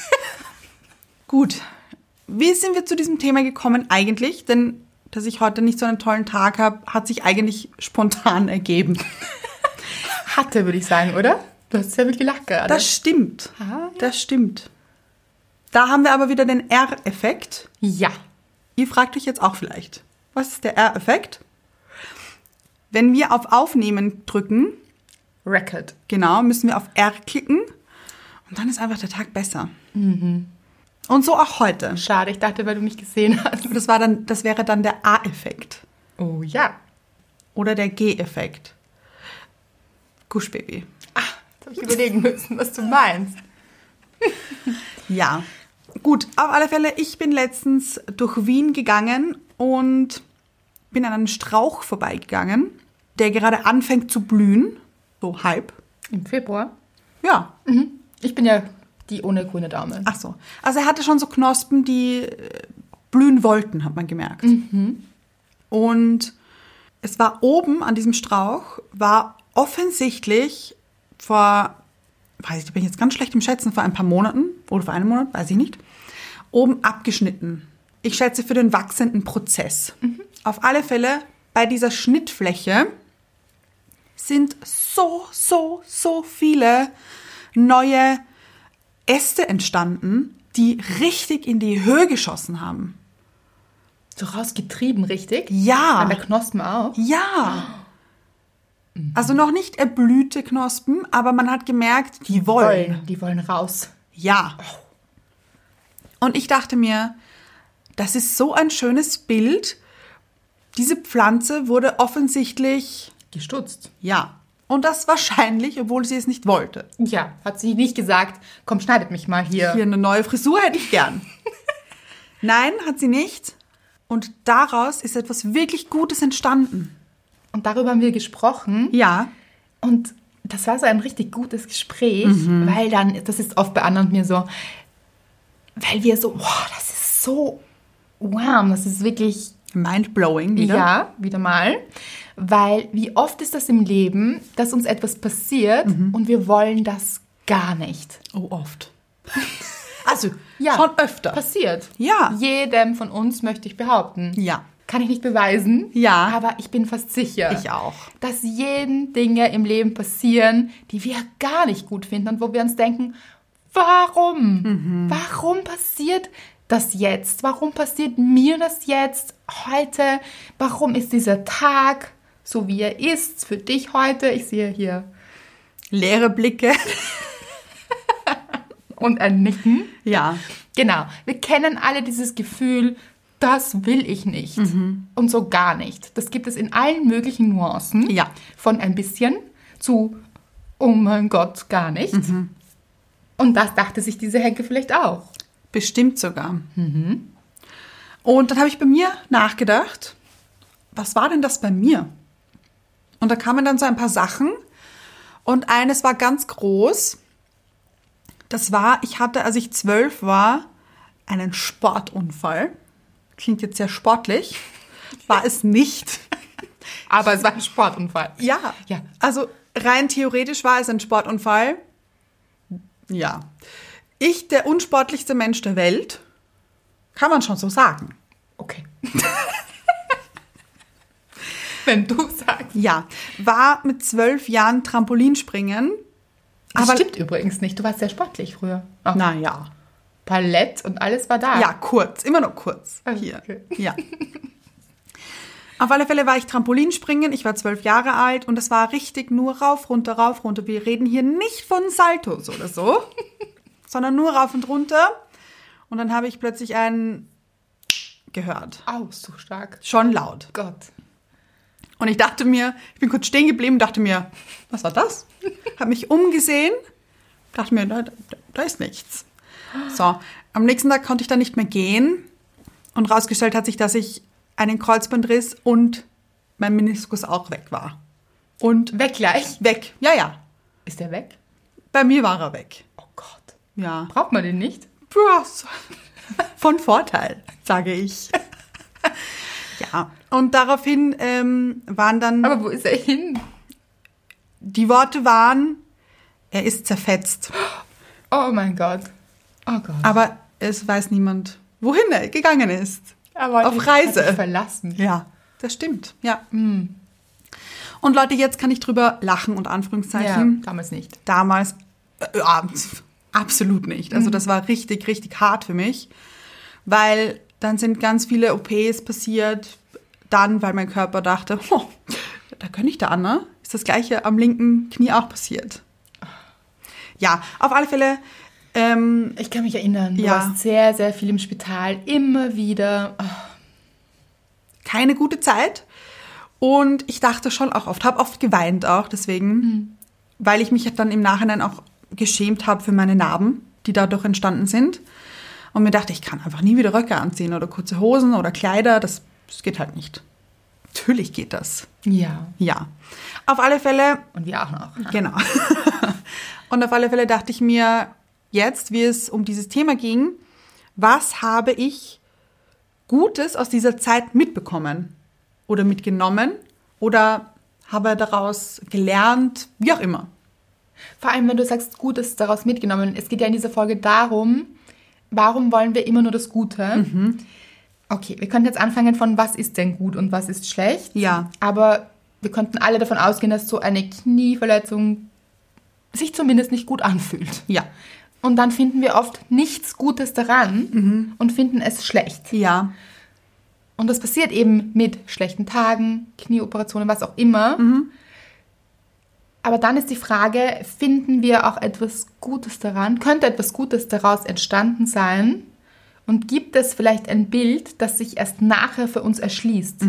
B: Gut. Wie sind wir zu diesem Thema gekommen eigentlich? Denn, dass ich heute nicht so einen tollen Tag habe, hat sich eigentlich spontan ergeben.
A: Hatte, würde ich sagen, oder? Du hast sehr viel gelacht gerade.
B: Das stimmt.
A: Ah.
B: Das stimmt. Da haben wir aber wieder den R-Effekt.
A: Ja.
B: Ihr fragt euch jetzt auch vielleicht, was ist der R-Effekt? Wenn wir auf Aufnehmen drücken,
A: Record.
B: genau, müssen wir auf R klicken und dann ist einfach der Tag besser. Mhm. Und so auch heute.
A: Schade, ich dachte, weil du mich gesehen hast.
B: Das, war dann, das wäre dann der A-Effekt
A: Oh ja.
B: oder der G-Effekt. Guschbaby.
A: Ah, jetzt habe ich überlegen müssen, was du meinst.
B: Ja, gut, auf alle Fälle, ich bin letztens durch Wien gegangen und bin an einem Strauch vorbeigegangen, der gerade anfängt zu blühen, so halb.
A: Im Februar?
B: Ja,
A: Mhm. Ich bin ja die ohne grüne Daumen.
B: ach so. Also er hatte schon so Knospen, die äh, blühen wollten, hat man gemerkt. Und es war oben an diesem Strauch, war offensichtlich vor, weiß ich, da bin ich jetzt ganz schlecht im Schätzen, vor ein paar Monaten oder vor einem Monat, weiß ich nicht, oben abgeschnitten. Ich schätze für den wachsenden Prozess. Mhm. Auf alle Fälle, bei dieser Schnittfläche sind so, so, so viele neue Äste entstanden, die richtig in die Höhe geschossen haben.
A: So rausgetrieben, richtig?
B: Ja.
A: An der Knospen auch?
B: Ja. Also noch nicht erblühte Knospen, aber man hat gemerkt, die wollen.
A: Die wollen raus.
B: Ja. Und ich dachte mir, das ist so ein schönes Bild. Diese Pflanze wurde offensichtlich,
A: Gestutzt.
B: ja. Und das wahrscheinlich, obwohl sie es nicht wollte.
A: Ja, hat sie nicht gesagt, komm, schneidet mich mal hier.
B: Hier eine neue Frisur hätte ich gern. Nein, hat sie nicht. Und daraus ist etwas wirklich Gutes entstanden.
A: Und darüber haben wir gesprochen.
B: Ja.
A: Und das war so ein richtig gutes Gespräch, weil dann, das ist oft bei Anna und mir so, weil wir so, wow, das ist so warm, das ist wirklich,
B: Mindblowing wieder.
A: ja, wieder mal. Weil wie oft ist das im Leben, dass uns etwas passiert und wir wollen das gar nicht.
B: Oh, oft. Also,
A: Ja,
B: schon öfter.
A: Passiert.
B: Ja.
A: Jedem von uns, möchte ich behaupten.
B: Ja.
A: Kann ich nicht beweisen.
B: Ja.
A: Aber ich bin fast sicher.
B: Ich auch.
A: Dass jeden Dinge im Leben passieren, die wir gar nicht gut finden und wo wir uns denken, warum?
B: Mhm.
A: Warum passiert das jetzt? Warum passiert mir das jetzt heute? Warum ist dieser Tag so, wie er ist für dich heute? Ich sehe hier
B: Leere Blicke.
A: und ein Nicken.
B: Ja.
A: Genau, wir kennen alle dieses Gefühl, das will ich nicht und so gar nicht. Das gibt es in allen möglichen Nuancen,
B: Ja.
A: von ein bisschen zu, oh mein Gott, gar nicht. Und das dachte sich diese Henke vielleicht auch.
B: Bestimmt sogar. Und dann habe ich bei mir nachgedacht, was war denn das bei mir? Und da kamen dann so ein paar Sachen und eines war ganz groß. Das war, ich hatte, als ich zwölf war, einen Sportunfall. Klingt jetzt sehr sportlich, war es nicht.
A: Aber es war ein Sportunfall.
B: Ja,
A: Ja.
B: also rein theoretisch war es ein Sportunfall. Ja. Ich, der unsportlichste Mensch der Welt, kann man schon so sagen.
A: Okay. Wenn du sagst.
B: Ja, war mit zwölf Jahren Trampolinspringen.
A: Das
B: Aber
A: stimmt übrigens nicht. Du warst sehr sportlich früher. Auch
B: naja.
A: Palett und alles war da.
B: Ja, kurz, immer noch kurz.
A: Ah,
B: Hier.
A: okay.
B: Ja. Auf alle Fälle war ich Trampolinspringen, ich war zwölf Jahre alt und es war richtig nur rauf, runter, rauf, runter. Wir reden hier nicht von Saltos oder so, sondern nur rauf und runter. Und dann habe ich plötzlich ein gehört.
A: Au, so stark.
B: Schon laut.
A: Gott.
B: Und ich dachte mir, ich bin kurz stehen geblieben und dachte mir, was war das? Habe mich umgesehen, dachte mir, da, da, da ist nichts. So, am nächsten Tag konnte ich dann nicht mehr gehen und rausgestellt hat sich, dass ich einen Kreuzbandriss und mein Meniskus auch weg war. Und
A: Weg gleich.
B: weg, ja, ja.
A: Ist der weg?
B: Bei mir war er weg.
A: Oh Gott.
B: Ja.
A: Braucht man den nicht?
B: Ja, so. Von Vorteil, sage ich. Ja, und daraufhin ähm, waren dann,
A: Aber wo ist er hin?
B: die Worte waren, er ist zerfetzt.
A: Oh mein Gott. Oh Gott.
B: Aber es weiß niemand, wohin er gegangen ist.
A: Aber
B: auf Reise.
A: Hat dich verlassen.
B: Ja, das stimmt, ja. Und Leute, jetzt kann ich drüber lachen, unter
A: Ja,
B: Anführungszeichen.
A: damals nicht.
B: Damals, äh, ja, absolut nicht. Also das war richtig, richtig hart für mich, weil dann sind ganz viele O Ps passiert, dann, weil mein Körper dachte, oh, da gönne ich der Anna, ist das Gleiche am linken Knie auch passiert. Ja, auf alle Fälle, ähm,
A: Ich kann mich erinnern, du
B: Ja.
A: warst sehr, sehr viel im Spital, immer wieder. Oh,
B: keine gute Zeit. Und ich dachte schon auch oft, habe oft geweint auch deswegen, weil ich mich dann im Nachhinein auch geschämt habe für meine Narben, die dadurch entstanden sind. Und mir dachte, ich kann einfach nie wieder Röcke anziehen oder kurze Hosen oder Kleider, das, das geht halt nicht. Natürlich geht das.
A: ja.
B: Ja. Auf alle Fälle,
A: Und wir auch noch.
B: genau. Und auf alle Fälle dachte ich mir jetzt, wie es um dieses Thema ging, was habe ich Gutes aus dieser Zeit mitbekommen oder mitgenommen oder habe daraus gelernt, wie auch immer.
A: Vor allem, wenn du sagst, Gutes daraus mitgenommen. Es geht ja in dieser Folge darum, warum wollen wir immer nur das Gute? Okay, wir könnten jetzt anfangen von, was ist denn gut und was ist schlecht?
B: Ja.
A: Aber wir könnten alle davon ausgehen, dass so eine Knieverletzung sich zumindest nicht gut anfühlt.
B: Ja.
A: Und dann finden wir oft nichts Gutes daran und finden es schlecht.
B: Ja.
A: Und das passiert eben mit schlechten Tagen, Knieoperationen, was auch immer. Aber dann ist die Frage, finden wir auch etwas Gutes daran? Könnte etwas Gutes daraus entstanden sein? Und gibt es vielleicht ein Bild, das sich erst nachher für uns erschließt?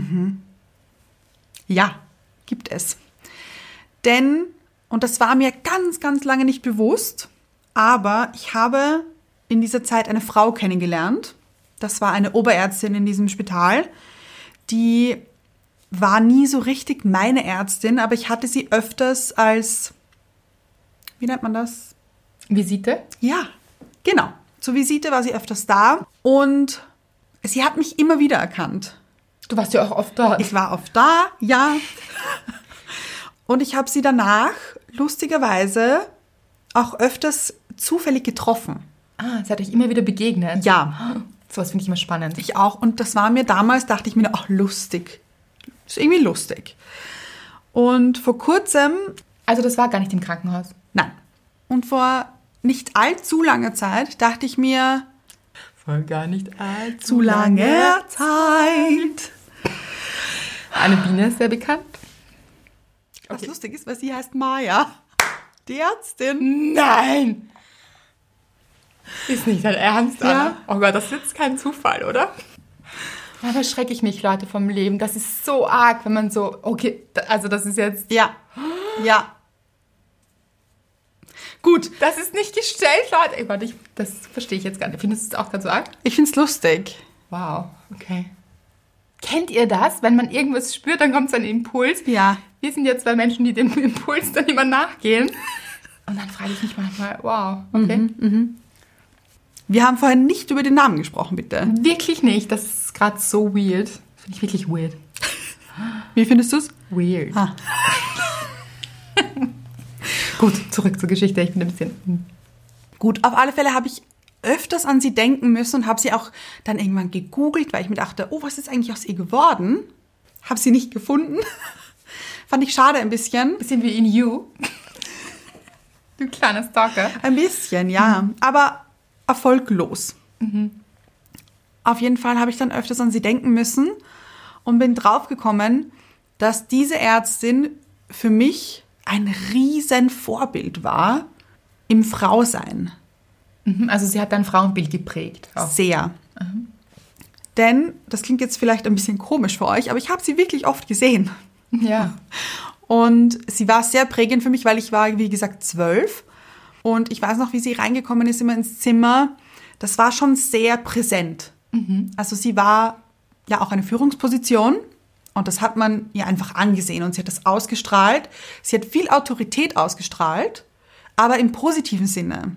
B: Ja, gibt es. Denn, und das war mir ganz, ganz lange nicht bewusst, aber ich habe in dieser Zeit eine Frau kennengelernt. Das war eine Oberärztin in diesem Spital. Die war nie so richtig meine Ärztin, aber ich hatte sie öfters als, wie nennt man das?
A: Visite?
B: Ja, genau. Zur Visite war sie öfters da und sie hat mich immer wieder erkannt.
A: Du warst ja auch oft dort.
B: Ich war oft da, ja. Und ich habe sie danach lustigerweise auch öfters zufällig getroffen.
A: Ah, sie hat euch immer wieder begegnet.
B: Ja,
A: Sowas finde ich immer spannend.
B: ich auch. Und das war mir damals, dachte ich mir, ach, lustig. Ist irgendwie lustig. Und vor kurzem,
A: Also das war gar nicht im Krankenhaus.
B: nein, und vor nicht allzu langer Zeit dachte ich mir,
A: Vor gar nicht allzu
B: zu langer Zeit.
A: Eine Biene ist sehr bekannt.
B: Was lustig ist, weil sie heißt Maya. Die Ärztin.
A: Nein! Ist nicht dein Ernst, Anna?
B: Ja.
A: Oh Gott, das ist jetzt kein Zufall, oder? Da verschrecke ich mich, Leute, vom Leben. Das ist so arg, wenn man so, okay, da- also das ist jetzt,
B: Ja, ja. Gut,
A: das ist nicht gestellt, Leute. Ey, warte, ich, das verstehe ich jetzt gar nicht. Findest du es auch ganz so arg?
B: ich find's lustig.
A: Wow, okay. Kennt ihr das? Wenn man irgendwas spürt, dann kommt so ein Impuls.
B: Ja.
A: Wir sind jetzt zwei Menschen, die dem Impuls dann immer nachgehen. Und dann frage ich mich manchmal, wow, okay.
B: Wir haben vorhin nicht über den Namen gesprochen, bitte.
A: Wirklich nicht. Das ist gerade so weird. Finde ich wirklich weird.
B: Wie findest du's?
A: Weird.
B: Ah.
A: Gut, zurück zur Geschichte. Ich bin ein bisschen... hm.
B: Gut, auf alle Fälle habe ich öfters an sie denken müssen und habe sie auch dann irgendwann gegoogelt, weil ich mir dachte, oh, was ist eigentlich aus ihr geworden? Habe sie nicht gefunden. Fand ich schade ein bisschen.
A: Bisschen wie in You. Du kleiner Stalker.
B: Ein bisschen, ja. Aber erfolglos. Auf jeden Fall habe ich dann öfters an sie denken müssen und bin draufgekommen, dass diese Ärztin für mich ein riesen Vorbild war im Frausein.
A: Mhm, also sie hat dein Frauenbild geprägt. Auch.
B: Sehr. Denn, das klingt jetzt vielleicht ein bisschen komisch für euch, aber ich habe sie wirklich oft gesehen.
A: Ja.
B: Und sie war sehr prägend für mich, weil ich war, wie gesagt, zwölf. Und ich weiß noch, wie sie reingekommen ist immer ins Zimmer. Das war schon sehr präsent. Mhm. Also sie war ja auch eine Führungsposition. Und das hat man ihr einfach angesehen. Und sie hat das ausgestrahlt. Sie hat viel Autorität ausgestrahlt, aber im positiven Sinne.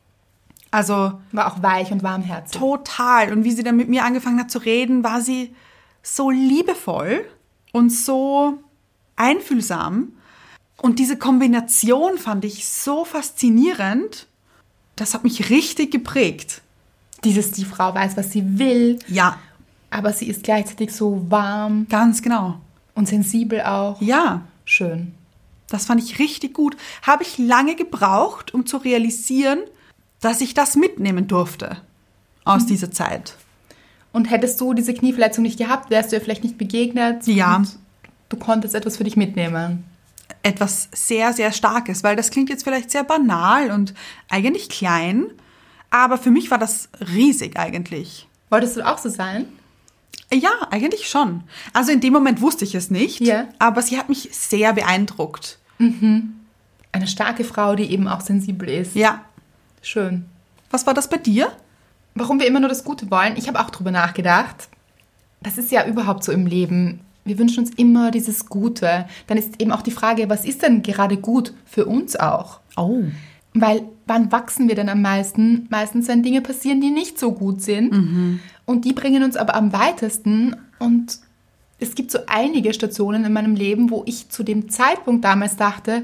B: Also
A: war auch weich und warmherzig.
B: Total. Und wie sie dann mit mir angefangen hat zu reden, war sie so liebevoll und so einfühlsam. Und diese Kombination fand ich so faszinierend. Das hat mich richtig geprägt.
A: Dieses, die Frau weiß, was sie will.
B: Ja.
A: Aber sie ist gleichzeitig so warm.
B: Ganz genau.
A: Und sensibel auch.
B: Ja.
A: Schön.
B: Das fand ich richtig gut. Habe ich lange gebraucht, um zu realisieren, dass ich das mitnehmen durfte aus mhm. dieser Zeit.
A: Und hättest du diese Knieverletzung nicht gehabt, wärst du ihr vielleicht nicht begegnet?
B: Ja.
A: Und du konntest etwas für dich mitnehmen.
B: Etwas sehr, sehr Starkes, weil das klingt jetzt vielleicht sehr banal und eigentlich klein, aber für mich war das riesig eigentlich.
A: Wolltest du auch so sein?
B: Ja, eigentlich schon. Also in dem Moment wusste ich es nicht,
A: ja.
B: aber sie hat mich sehr beeindruckt.
A: Mhm. Eine starke Frau, die eben auch sensibel ist.
B: Ja.
A: Schön.
B: Was war das bei dir?
A: Warum wir immer nur das Gute wollen? Ich habe auch drüber nachgedacht. Das ist ja überhaupt so im Leben. Wir wünschen uns immer dieses Gute. Dann ist eben auch die Frage, was ist denn gerade gut für uns auch?
B: Oh.
A: Weil wann wachsen wir denn am meisten? Meistens, wenn Dinge passieren, die nicht so gut sind.
B: Mhm.
A: Und die bringen uns aber am weitesten. Und es gibt so einige Stationen in meinem Leben, wo ich zu dem Zeitpunkt damals dachte,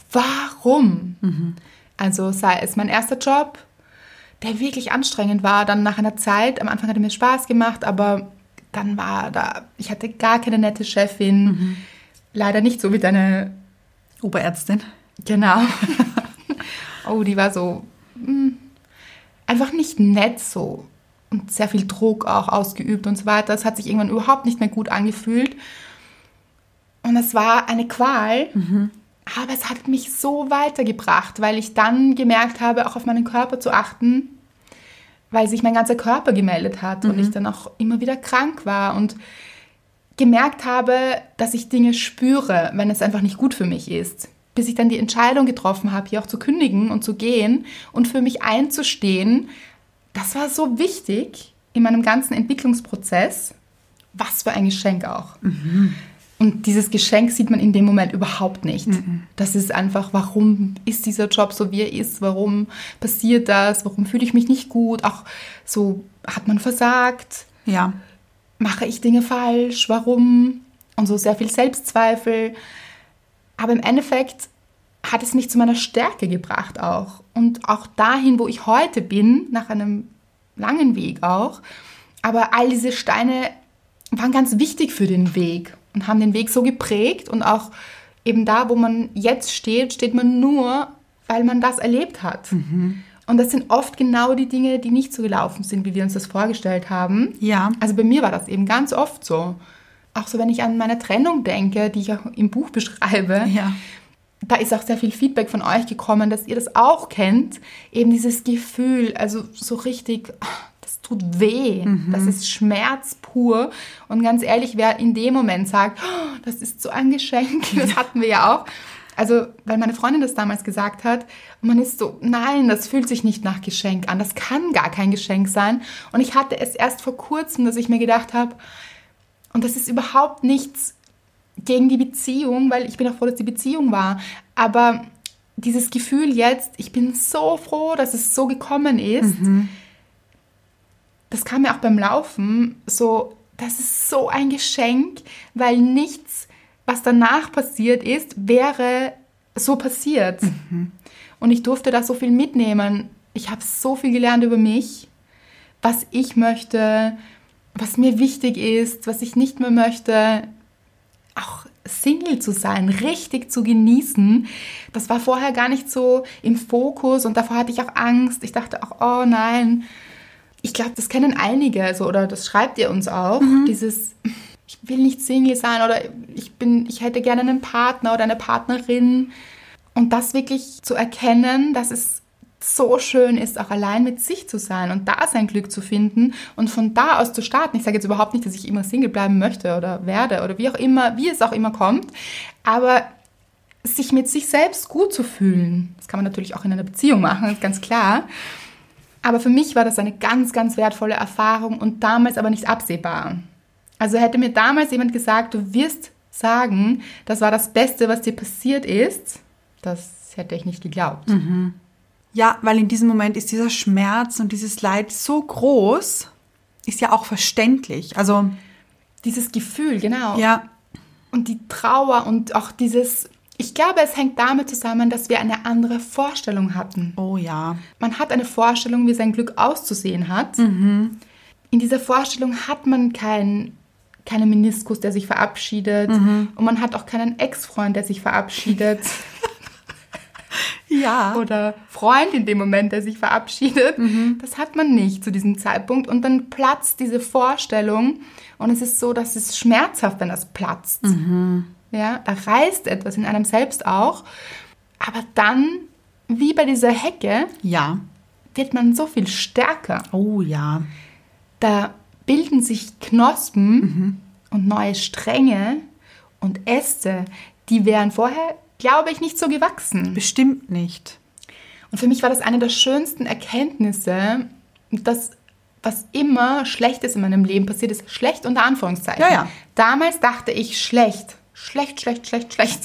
A: warum?
B: Mhm.
A: Also sei es mein erster Job, der wirklich anstrengend war. Dann nach einer Zeit, am Anfang hat er mir Spaß gemacht, aber dann war da, ich hatte gar keine nette Chefin.
B: Mhm.
A: Leider nicht so wie deine
B: Oberärztin.
A: Genau. Oh, die war so mh, einfach nicht nett so und sehr viel Druck auch ausgeübt und so weiter. Es hat sich irgendwann überhaupt nicht mehr gut angefühlt. Und es war eine Qual,
B: mhm.
A: aber es hat mich so weitergebracht, weil ich dann gemerkt habe, auch auf meinen Körper zu achten, weil sich mein ganzer Körper gemeldet hat
B: mhm.
A: und ich dann auch immer wieder krank war und gemerkt habe, dass ich Dinge spüre, wenn es einfach nicht gut für mich ist. Bis ich dann die Entscheidung getroffen habe, hier auch zu kündigen und zu gehen und für mich einzustehen, das war so wichtig in meinem ganzen Entwicklungsprozess. Was für ein Geschenk auch.
B: Mhm.
A: Und dieses Geschenk sieht man in dem Moment überhaupt nicht.
B: Mhm.
A: Das ist einfach, warum ist dieser Job so, wie er ist? Warum passiert das? Warum fühle ich mich nicht gut? Auch so, hat man versagt?
B: Ja.
A: Mache ich Dinge falsch? Warum? Und so sehr viel Selbstzweifel. Aber im Endeffekt hat es mich zu meiner Stärke gebracht auch. Und auch dahin, wo ich heute bin, nach einem langen Weg auch. Aber all diese Steine waren ganz wichtig für den Weg und haben den Weg so geprägt. Und auch eben da, wo man jetzt steht, steht man nur, weil man das erlebt hat.
B: Mhm.
A: Und das sind oft genau die Dinge, die nicht so gelaufen sind, wie wir uns das vorgestellt haben.
B: Ja.
A: Also bei mir war das eben ganz oft so. Auch so, wenn ich an meine Trennung denke, die ich auch im Buch beschreibe,
B: Ja.
A: da ist auch sehr viel Feedback von euch gekommen, dass ihr das auch kennt. Eben dieses Gefühl, also so richtig, das tut weh,
B: Mhm.
A: das ist Schmerz pur. Und ganz ehrlich, wer in dem Moment sagt, oh, das ist so ein Geschenk, das hatten wir ja auch. Also, weil meine Freundin das damals gesagt hat, und man ist so, nein, das fühlt sich nicht nach Geschenk an, das kann gar kein Geschenk sein. Und ich hatte es erst vor kurzem, dass ich mir gedacht habe, und das ist überhaupt nichts gegen die Beziehung, weil ich bin auch froh, dass die Beziehung war. Aber dieses Gefühl jetzt, ich bin so froh, dass es so gekommen ist,
B: Mhm.
A: das kam mir auch beim Laufen so, das ist so ein Geschenk, weil nichts, was danach passiert ist, wäre so passiert.
B: Mhm.
A: Und ich durfte da so viel mitnehmen. Ich habe so viel gelernt über mich, was ich möchte, was mir wichtig ist, was ich nicht mehr möchte. Auch Single zu sein, richtig zu genießen, das war vorher gar nicht so im Fokus und davor hatte ich auch Angst. Ich dachte auch, oh nein. Ich glaube, das kennen einige, so, oder das schreibt ihr uns auch,
B: Mhm.
A: dieses, ich will nicht Single sein oder ich bin, ich hätte gerne einen Partner oder eine Partnerin. Und das wirklich zu erkennen, dass es so schön ist, auch allein mit sich zu sein und da sein Glück zu finden und von da aus zu starten. Ich sage jetzt überhaupt nicht, dass ich immer Single bleiben möchte oder werde oder wie auch immer, wie es auch immer kommt, aber sich mit sich selbst gut zu fühlen, das kann man natürlich auch in einer Beziehung machen, ist ganz klar. Aber für mich war das eine ganz, ganz wertvolle Erfahrung und damals aber nicht absehbar. Also hätte mir damals jemand gesagt, du wirst sagen, das war das Beste, was dir passiert ist, das hätte ich nicht geglaubt.
B: Mhm. Ja, weil in diesem Moment ist dieser Schmerz und dieses Leid so groß, ist ja auch verständlich. Also
A: dieses Gefühl, genau.
B: Ja.
A: Und die Trauer und auch dieses, ich glaube, es hängt damit zusammen, dass wir eine andere Vorstellung hatten.
B: Oh ja.
A: Man hat eine Vorstellung, wie sein Glück auszusehen hat.
B: Mhm.
A: In dieser Vorstellung hat man kein, keinen Meniskus, der sich verabschiedet.
B: Mhm.
A: Und man hat auch keinen Ex-Freund, der sich verabschiedet.
B: Ja.
A: Oder Freund in dem Moment, der sich verabschiedet. Mhm. Das hat man nicht zu diesem Zeitpunkt. Und dann platzt diese Vorstellung. Und es ist so, dass es schmerzhaft, wenn das platzt.
B: Mhm.
A: Ja, da reißt etwas in einem selbst auch. Aber dann, wie bei dieser Hecke,
B: Ja.
A: wird man so viel stärker.
B: Oh ja.
A: Da bilden sich Knospen mhm. und neue Stränge und Äste, die wären vorher, glaube ich, nicht so gewachsen.
B: Bestimmt nicht.
A: Und für mich war das eine der schönsten Erkenntnisse, dass was immer Schlechtes in meinem Leben passiert ist, schlecht unter Anführungszeichen.
B: Ja, ja.
A: Damals dachte ich schlecht, schlecht, schlecht, schlecht, schlecht.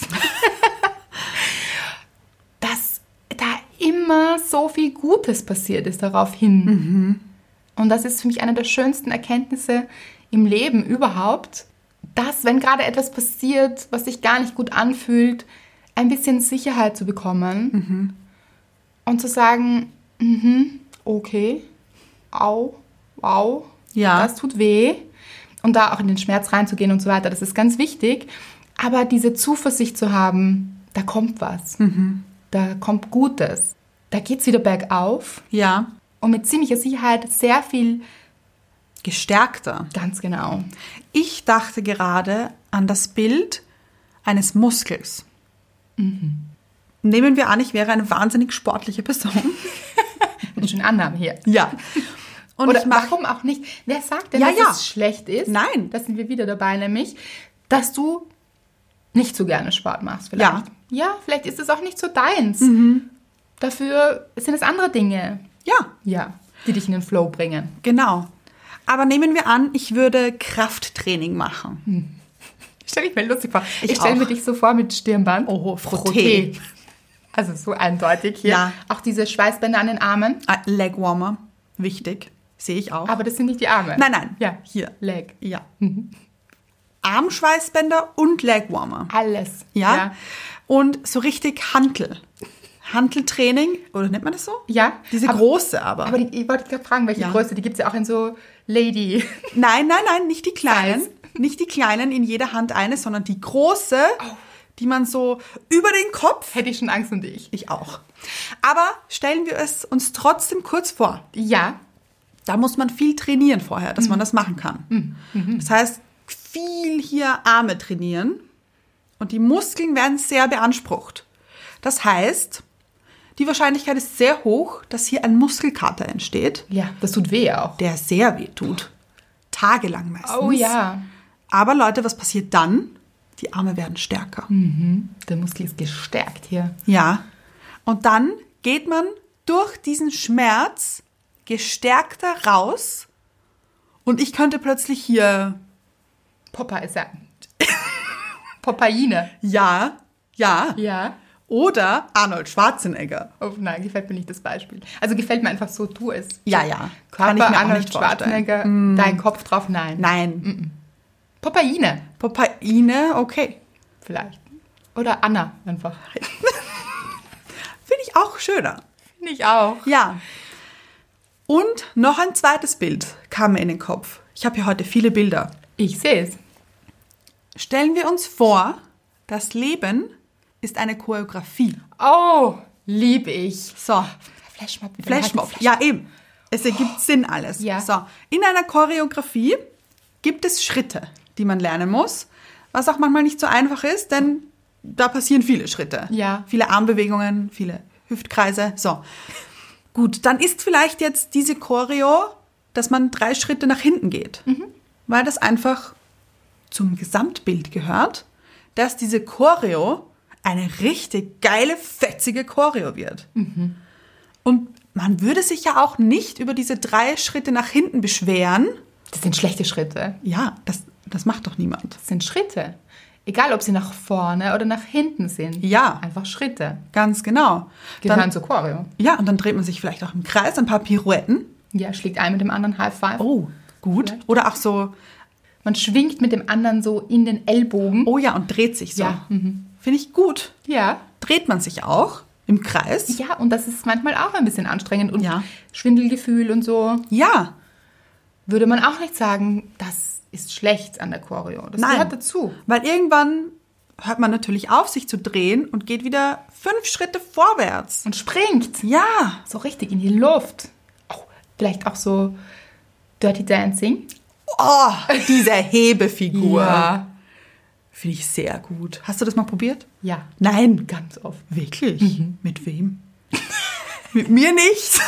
A: Dass da immer so viel Gutes passiert ist daraufhin.
B: Mhm.
A: Und das ist für mich eine der schönsten Erkenntnisse im Leben überhaupt, dass, wenn gerade etwas passiert, was sich gar nicht gut anfühlt, ein bisschen Sicherheit zu bekommen
B: Mhm.
A: und zu sagen, mhm, okay, au, wow,
B: Ja.
A: das tut weh. Und da auch in den Schmerz reinzugehen und so weiter, das ist ganz wichtig. Aber diese Zuversicht zu haben, da kommt was,
B: Mhm.
A: da kommt Gutes, da geht es wieder bergauf.
B: Ja.
A: Und mit ziemlicher Sicherheit sehr viel,
B: Gestärkter.
A: ganz genau.
B: Ich dachte gerade an das Bild eines Muskels.
A: Mhm.
B: Nehmen wir an, ich wäre eine wahnsinnig sportliche Person.
A: Eine schöne Annahme hier.
B: Ja. Und
A: Oder
B: ich mach,
A: warum auch nicht? Wer sagt denn,
B: Ja,
A: dass
B: ja.
A: es schlecht ist?
B: Nein.
A: Da sind wir wieder dabei, nämlich, dass du nicht so gerne Sport machst vielleicht.
B: Ja.
A: Ja, vielleicht ist es auch nicht so deins. Dafür sind es andere Dinge,
B: ja,
A: ja, die dich in den Flow bringen.
B: genau. Aber nehmen wir an, ich würde Krafttraining machen.
A: Stell ich mir lustig vor. Ich,
B: Ich
A: stelle mir
B: auch.
A: dich so vor mit Stirnband.
B: Oh, Frotté.
A: Also so eindeutig hier.
B: Ja.
A: Auch diese Schweißbänder an den Armen.
B: Ah, Legwarmer, wichtig, sehe ich auch.
A: Aber das sind nicht die Arme.
B: nein, nein,
A: Ja,
B: hier.
A: Leg.
B: Ja. Armschweißbänder und Legwarmer.
A: Alles.
B: Ja? Und so richtig Hantel. Hanteltraining, oder nennt man das so?
A: Ja.
B: Diese
A: aber,
B: große aber.
A: Aber die, ich wollte gerade fragen, welche
B: Ja.
A: Größe? Die gibt es ja auch in so Lady.
B: Nein, nein, nein, nicht die kleinen.
A: Size.
B: Nicht die kleinen, in jeder Hand eine, sondern die große, die man so über den Kopf...
A: Hätte ich schon Angst um dich.
B: Ich auch. Aber stellen wir es uns trotzdem kurz vor.
A: Ja.
B: Da muss man viel trainieren vorher, dass man das machen kann. Das heißt, viel hier Arme trainieren und die Muskeln werden sehr beansprucht. Das heißt, die Wahrscheinlichkeit ist sehr hoch, dass hier ein Muskelkater entsteht,
A: Ja, das tut weh auch.
B: der sehr weh tut. Tagelang meistens.
A: Oh ja.
B: Aber Leute, was passiert dann? Die Arme werden stärker.
A: Der Muskel ist gestärkt hier.
B: Ja. Und dann geht man durch diesen Schmerz gestärkter raus und ich könnte plötzlich hier,
A: Popeye ist ja. Popeyeine.
B: ja, ja,
A: Ja.
B: oder Arnold Schwarzenegger.
A: Oh nein, gefällt mir nicht das Beispiel. Also gefällt mir einfach so, tu es.
B: Ja, ja.
A: Körper,
B: Kann ich mir auch
A: Arnold
B: nicht vorstellen.
A: Schwarzenegger, dein Kopf drauf, nein.
B: Nein.
A: Popeyeine
B: Popeyeine, okay.
A: vielleicht. Oder Anna einfach.
B: Finde ich auch schöner.
A: Finde ich auch.
B: Ja. Und noch ein zweites Bild kam mir in den Kopf. Ich habe hier heute viele Bilder.
A: Ich sehe es.
B: Stellen wir uns vor, das Leben ist eine Choreografie.
A: Oh, liebe ich.
B: So,
A: Flashmob.
B: Flashmob. Ja, eben. Es ergibt Sinn alles.
A: Ja.
B: So, in einer Choreografie gibt es Schritte, die man lernen muss, was auch manchmal nicht so einfach ist, denn da passieren viele Schritte.
A: Ja.
B: Viele Armbewegungen, viele Hüftkreise. So. Gut, dann ist vielleicht jetzt diese Choreo, dass man drei Schritte nach hinten geht, mhm. weil das einfach zum Gesamtbild gehört, dass diese Choreo eine richtig geile, fetzige Choreo wird. Mhm. Und man würde sich ja auch nicht über diese drei Schritte nach hinten beschweren.
A: Das sind schlechte Schritte.
B: Ja, das, das macht doch niemand.
A: Das sind Schritte. Egal, ob sie nach vorne oder nach hinten sind.
B: Ja.
A: Einfach Schritte.
B: Ganz genau.
A: Gehören
B: dann,
A: zur Choreo.
B: Ja, und dann dreht man sich vielleicht auch im Kreis, ein paar Pirouetten.
A: Ja, schlägt ein mit dem anderen High Five.
B: Oh, gut. Vielleicht. Oder auch so.
A: Man schwingt mit dem anderen so in den Ellbogen.
B: Oh ja, und dreht sich so.
A: Ja. Mhm.
B: Finde ich gut.
A: Ja.
B: Dreht man sich auch im Kreis.
A: Ja, und das ist manchmal auch ein bisschen anstrengend. Und
B: ja.
A: Schwindelgefühl und so.
B: Ja.
A: Würde man auch nicht sagen, das ist schlecht an der Choreo. Das
B: Nein,
A: gehört dazu.
B: Weil irgendwann hört man natürlich auf, sich zu drehen und geht wieder fünf Schritte vorwärts.
A: Und springt.
B: Ja.
A: So richtig in die Luft. Oh, vielleicht auch so Dirty Dancing.
B: Oh, diese Hebefigur.
A: Ja.
B: Finde ich sehr gut. Hast du das mal probiert?
A: Ja.
B: Nein.
A: Ganz oft.
B: Wirklich? Mhm. Mit wem? Mit mir nicht.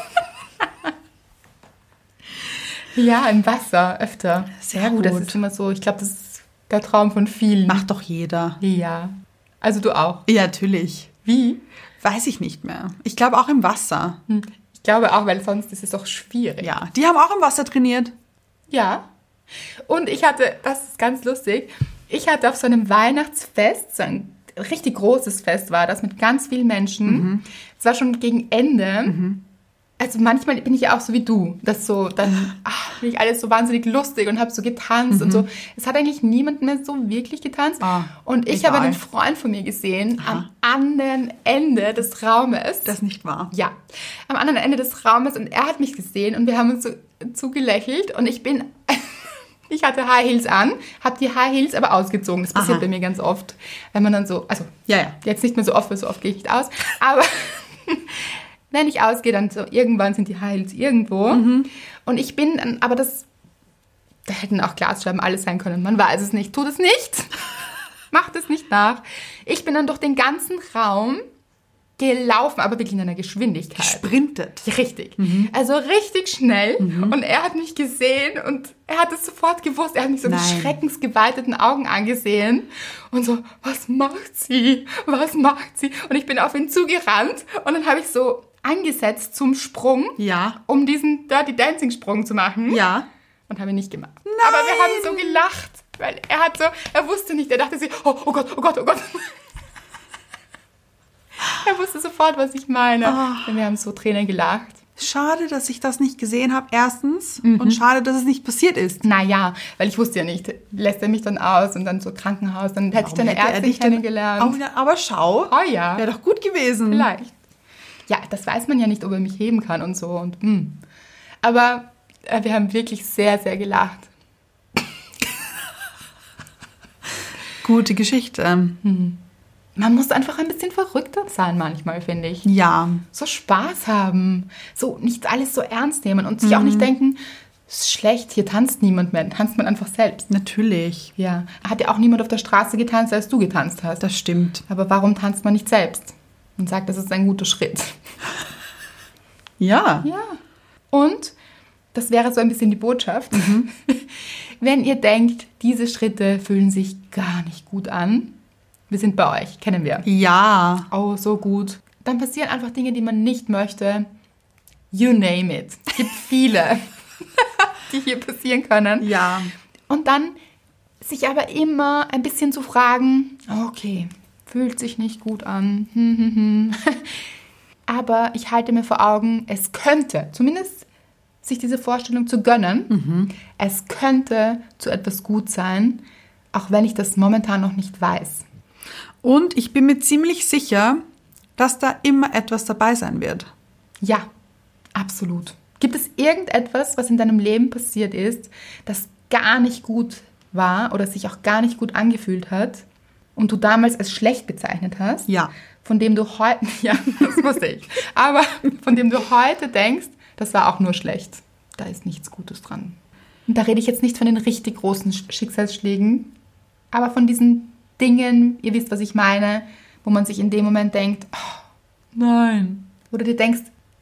A: Ja, im Wasser öfter.
B: Sehr
A: gut.
B: gut.
A: Das ist immer so, ich glaube, das ist der Traum von vielen.
B: Macht doch jeder.
A: Ja. Also du auch.
B: Ja, natürlich.
A: Wie?
B: Weiß ich nicht mehr. Ich glaube auch im Wasser.
A: Ich glaube auch, weil sonst ist es doch schwierig.
B: Ja, die haben auch im Wasser trainiert.
A: Ja. Und ich hatte, das ist ganz lustig, ich hatte auf so einem Weihnachtsfest, so ein richtig großes Fest war das, mit ganz vielen Menschen. Es mhm. war schon gegen Ende. Mhm. Also manchmal bin ich ja auch so wie du, dass so dann ach, bin ich alles so wahnsinnig lustig und habe so getanzt mhm. und so. Es hat eigentlich niemand mehr so wirklich getanzt.
B: Oh,
A: und ich egal. habe einen Freund von mir gesehen Aha. am anderen Ende des Raumes.
B: Das ist nicht wahr?
A: Ja, am anderen Ende des Raumes und er hat mich gesehen und wir haben uns so zugelächelt und ich bin... Ich hatte High Heels an, habe die High Heels aber ausgezogen. Das passiert Aha. bei mir ganz oft, wenn man dann so, also
B: ja, ja.
A: jetzt nicht mehr so oft, weil so oft gehe ich nicht aus, aber wenn ich ausgehe, dann so irgendwann sind die High Heels irgendwo. Mhm. Und ich bin, dann, aber das, da hätten auch Glasscheiben alles sein können. Man weiß es nicht, tut es nicht, macht es nicht nach. Ich bin dann durch den ganzen Raum gelaufen, aber wirklich in einer Geschwindigkeit.
B: Gesprintet.
A: Richtig. Mhm. Also richtig schnell. Mhm. Und er hat mich gesehen und er hat es sofort gewusst. Er hat mich so Nein. mit schreckensgeweiteten Augen angesehen und so, was macht sie? Was macht sie? Und ich bin auf ihn zugerannt und dann habe ich so angesetzt zum Sprung,
B: ja.
A: um diesen Dirty Dancing Sprung zu machen.
B: Ja.
A: Und habe ihn nicht gemacht.
B: Nein.
A: Aber wir haben so gelacht, weil er hat so, er wusste nicht, er dachte sich, oh, oh Gott, oh Gott, oh Gott. Er wusste sofort, was ich meine. Oh. Und wir haben so Tränen gelacht.
B: Schade, dass ich das nicht gesehen habe, erstens. Mhm. Und schade, dass es nicht passiert ist.
A: Naja, weil ich wusste ja nicht, lässt er mich dann aus und dann so Krankenhaus, dann hätte Warum ich deine Ärztin kennengelernt.
B: Dann, aber schau,
A: oh ja.
B: wäre doch gut gewesen.
A: Vielleicht. Ja, das weiß man ja nicht, ob er mich heben kann und so. Und, mh. Aber äh, wir haben wirklich sehr, sehr gelacht.
B: Gute Geschichte.
A: Mhm. Man muss einfach ein bisschen verrückter sein manchmal, finde ich.
B: Ja.
A: So Spaß haben, so nicht alles so ernst nehmen und sich mhm. auch nicht denken, es ist schlecht, hier tanzt niemand mehr, tanzt man einfach selbst.
B: Natürlich.
A: Ja, hat ja auch niemand auf der Straße getanzt, als du getanzt hast.
B: Das stimmt.
A: Aber warum tanzt man nicht selbst? Und sagt, das ist ein guter Schritt.
B: Ja.
A: Ja. Und, das wäre so ein bisschen die Botschaft, mhm. wenn ihr denkt, diese Schritte fühlen sich gar nicht gut an, wir sind bei euch, kennen wir.
B: Ja.
A: Oh, so gut. Dann passieren einfach Dinge, die man nicht möchte. You name it. Es gibt viele, die hier passieren können.
B: Ja.
A: Und dann sich aber immer ein bisschen zu fragen, okay, fühlt sich nicht gut an. Aber ich halte mir vor Augen, es könnte, zumindest sich diese Vorstellung zu gönnen, mhm. es könnte zu etwas gut sein, auch wenn ich das momentan noch nicht weiß.
B: Und ich bin mir ziemlich sicher, dass da immer etwas dabei sein wird.
A: Ja, absolut. Gibt es irgendetwas, was in deinem Leben passiert ist, das gar nicht gut war oder sich auch gar nicht gut angefühlt hat und du damals als schlecht bezeichnet hast?
B: Ja.
A: Von dem du heute, ja, das wusste ich, aber von dem du heute denkst, das war auch nur schlecht. Da ist nichts Gutes dran. Und da rede ich jetzt nicht von den richtig großen Schicksalsschlägen, aber von diesen Dingen, ihr wisst, was ich meine, wo man sich in dem Moment denkt, oh, nein. Oder dir denkst,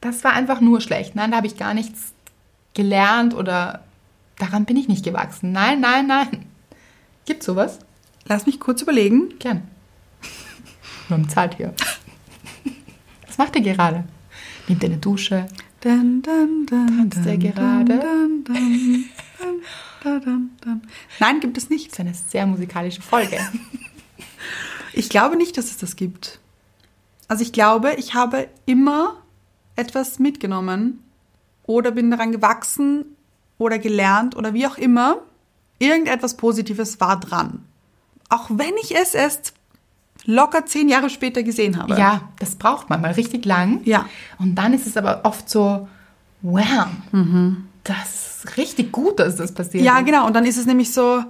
A: das war einfach nur schlecht. Nein, da habe ich gar nichts gelernt oder daran bin ich nicht gewachsen. Nein, nein, nein. Gibt's sowas?
B: Lass mich kurz überlegen.
A: Gern. Nur im Zeit hier. Was macht ihr gerade? Nehmt ihr eine Dusche?
B: Dun, dun, dun,
A: Tanzt ihr gerade?
B: dun, dun, dun, dun, dun, dun. Nein, gibt es nicht.
A: Das ist eine sehr musikalische Folge.
B: Ich glaube nicht, dass es das gibt. Also ich glaube, ich habe immer etwas mitgenommen oder bin daran gewachsen oder gelernt oder wie auch immer. Irgendetwas Positives war dran. Auch wenn ich es erst locker zehn Jahre später gesehen habe.
A: Ja, das braucht man mal richtig lang.
B: Ja.
A: Und dann ist es aber oft so, wow, mhm. das ist richtig gut, dass das passiert
B: Ja,
A: ist.
B: genau. Und dann ist es nämlich so,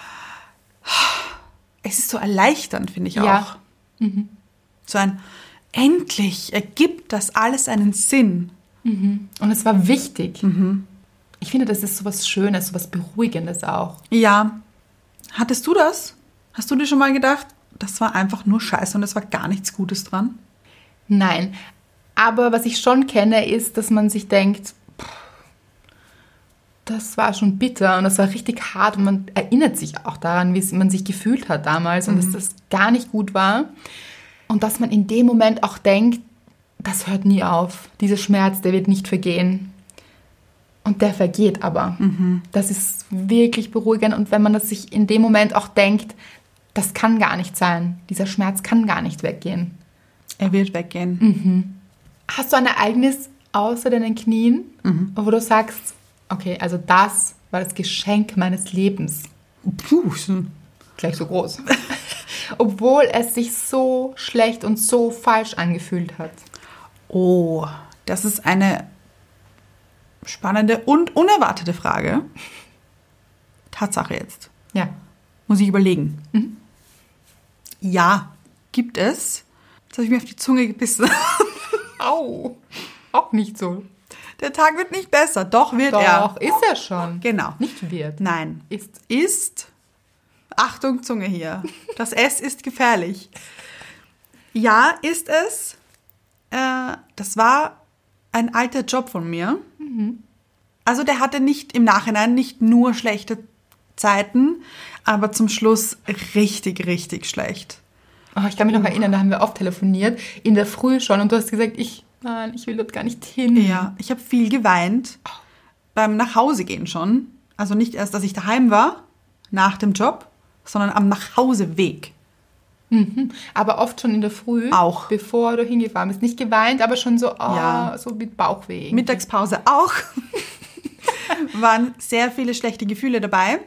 B: es ist so erleichternd, finde ich
A: Ja.
B: auch. Mhm. So ein, endlich ergibt das alles einen Sinn.
A: Mhm. Und es war wichtig. Mhm. Ich finde, das ist so was Schönes, so was Beruhigendes auch.
B: Ja. Hattest du das? Hast du dir schon mal gedacht, das war einfach nur Scheiße und es war gar nichts Gutes dran?
A: Nein, aber was ich schon kenne, ist, dass man sich denkt, pff, das war schon bitter und das war richtig hart und man erinnert sich auch daran, wie man sich gefühlt hat damals und
B: Mhm.
A: dass das gar nicht gut war und dass man in dem Moment auch denkt, das hört nie auf, dieser Schmerz, der wird nicht vergehen. Und der vergeht aber. Mhm. Das ist wirklich beruhigend und wenn man das sich in dem Moment auch denkt, das kann gar nicht sein. Dieser Schmerz kann gar nicht weggehen.
B: Er wird weggehen.
A: Mhm. Hast du ein Ereignis außer deinen Knien, mhm. wo du sagst, okay, also das war das Geschenk meines Lebens.
B: Puh.
A: Gleich so groß. Obwohl es sich so schlecht und so falsch angefühlt hat.
B: Oh, das ist eine spannende und unerwartete Frage. Tatsache jetzt.
A: Ja.
B: Muss ich überlegen.
A: Mhm.
B: Ja, gibt es. Jetzt habe ich mir auf die Zunge gebissen.
A: Au. Auch nicht so.
B: Der Tag wird nicht besser. Doch, wird
A: Doch,
B: er.
A: ist er schon.
B: Genau.
A: Nicht wird.
B: Nein.
A: Ist.
B: Ist. Achtung, Zunge hier. Das S ist gefährlich. Ja, ist es. Äh, das war ein alter Job von mir. Mhm. Also der hatte nicht im Nachhinein nicht nur schlechte Zeiten, aber zum Schluss richtig, richtig schlecht.
A: Oh, ich kann mich noch erinnern, da haben wir oft telefoniert, in der Früh schon und du hast gesagt, ich, nein, ich will dort gar nicht hin.
B: Ja, ich habe viel geweint. Beim Nachhausegehen schon. Also nicht erst, dass ich daheim war, nach dem Job, sondern am Nachhauseweg.
A: Mhm. Aber oft schon in der Früh,
B: auch,
A: bevor du hingefahren bist. Nicht geweint, aber schon so, oh,
B: ja.
A: so mit Bauchweh.
B: Mittagspause auch. Waren sehr viele schlechte Gefühle dabei.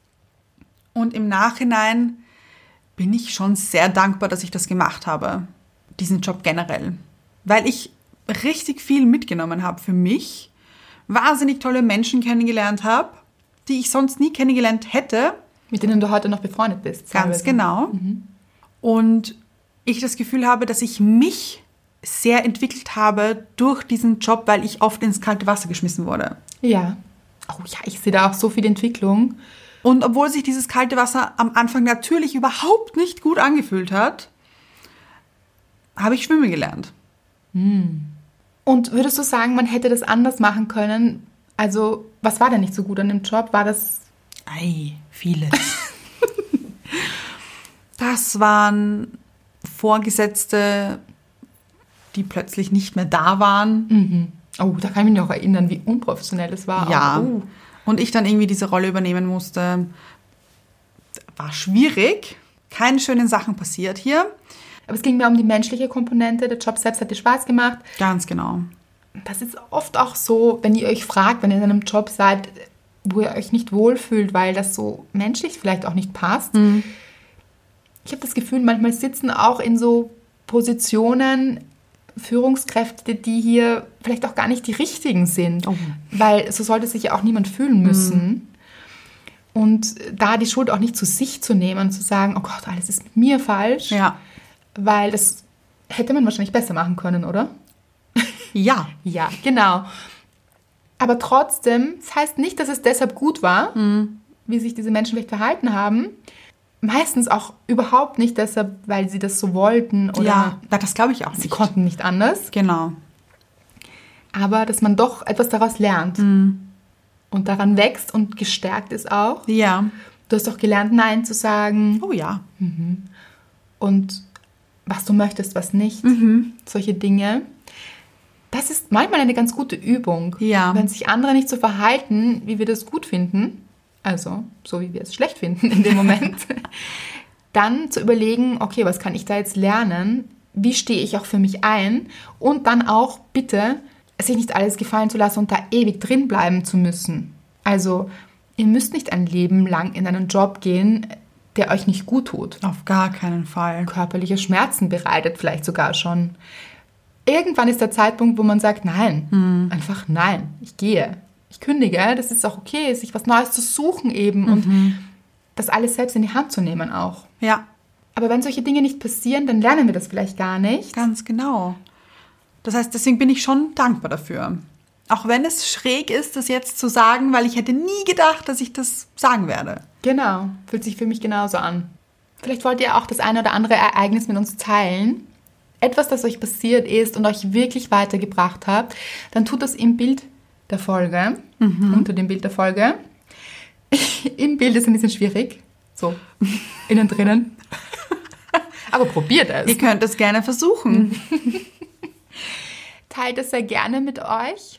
B: Und im Nachhinein bin ich schon sehr dankbar, dass ich das gemacht habe. Diesen Job generell. Weil ich richtig viel mitgenommen habe für mich. Wahnsinnig tolle Menschen kennengelernt habe, die ich sonst nie kennengelernt hätte.
A: Mit denen du heute noch befreundet bist.
B: Ganz teilweise. Genau. Mhm. Und ich das Gefühl habe, dass ich mich sehr entwickelt habe durch diesen Job, weil ich oft ins kalte Wasser geschmissen wurde.
A: Ja. Oh ja, ich sehe da auch so viel Entwicklung.
B: Und obwohl sich dieses kalte Wasser am Anfang natürlich überhaupt nicht gut angefühlt hat, habe ich schwimmen gelernt.
A: Hm. Und würdest du sagen, man hätte das anders machen können? Also, was war denn nicht so gut an dem Job? War das...
B: Ei, vieles. Das waren Vorgesetzte, die plötzlich nicht mehr da waren.
A: Mhm. Oh, da kann ich mich noch erinnern, wie unprofessionell das war.
B: Ja,
A: auch, oh.
B: Und ich dann irgendwie diese Rolle übernehmen musste. War schwierig. Keine schönen Sachen passiert hier.
A: Aber es ging mir um die menschliche Komponente. Der Job selbst hat dir Spaß gemacht.
B: Ganz genau.
A: Das ist oft auch so, wenn ihr euch fragt, wenn ihr in einem Job seid, wo ihr euch nicht wohlfühlt, weil das so menschlich vielleicht auch nicht passt. Mhm. Ich habe das Gefühl, manchmal sitzen auch in so Positionen Führungskräfte, die hier vielleicht auch gar nicht die richtigen sind. Oh. Weil so sollte sich ja auch niemand fühlen müssen. Mhm. Und da die Schuld auch nicht zu sich zu nehmen und zu sagen, oh Gott, alles ist mit mir falsch.
B: Ja.
A: Weil das hätte man wahrscheinlich besser machen können, oder?
B: Ja.
A: Ja, genau. Aber trotzdem, das heißt nicht, dass es deshalb gut war, mhm. wie sich diese Menschen vielleicht verhalten haben. Meistens auch überhaupt nicht deshalb, weil sie das so wollten. Oder
B: ja, das glaube ich auch nicht.
A: Sie konnten nicht anders.
B: Genau.
A: aber dass man doch etwas daraus lernt
B: Mhm.
A: und daran wächst und gestärkt ist auch.
B: Ja.
A: Du hast auch gelernt, Nein zu sagen
B: Oh ja.
A: und was du möchtest, was nicht. Solche Dinge. Das ist manchmal eine ganz gute Übung.
B: Ja.
A: Wenn sich andere nicht so verhalten, wie wir das gut finden, also so wie wir es schlecht finden in dem Moment, dann zu überlegen, okay, was kann ich da jetzt lernen? Wie stehe ich auch für mich ein? Und dann auch bitte, sich nicht alles gefallen zu lassen und da ewig drin bleiben zu müssen. Also ihr müsst nicht ein Leben lang in einen Job gehen, der euch nicht gut tut.
B: Auf gar keinen Fall.
A: Körperliche Schmerzen bereitet vielleicht sogar schon. Irgendwann ist der Zeitpunkt, wo man sagt, nein, einfach nein, ich gehe. Ich kündige, das ist auch okay, sich was Neues zu suchen eben und das alles selbst in die Hand zu nehmen auch.
B: Ja,
A: Aber wenn solche Dinge nicht passieren, dann lernen wir das vielleicht gar nicht.
B: ganz genau. Das heißt, deswegen bin ich schon dankbar dafür. Auch wenn es schräg ist, das jetzt zu sagen, weil ich hätte nie gedacht, dass ich das sagen werde.
A: Genau, fühlt sich für mich genauso an. Vielleicht wollt ihr auch das eine oder andere Ereignis mit uns teilen. Etwas, das euch passiert ist und euch wirklich weitergebracht hat, dann tut das im Bild der Folge, unter dem Bild der Folge. Im Bild ist ein bisschen schwierig, so innen drinnen. Aber probiert es.
B: Ihr könnt es gerne versuchen.
A: Teilt es sehr gerne mit euch.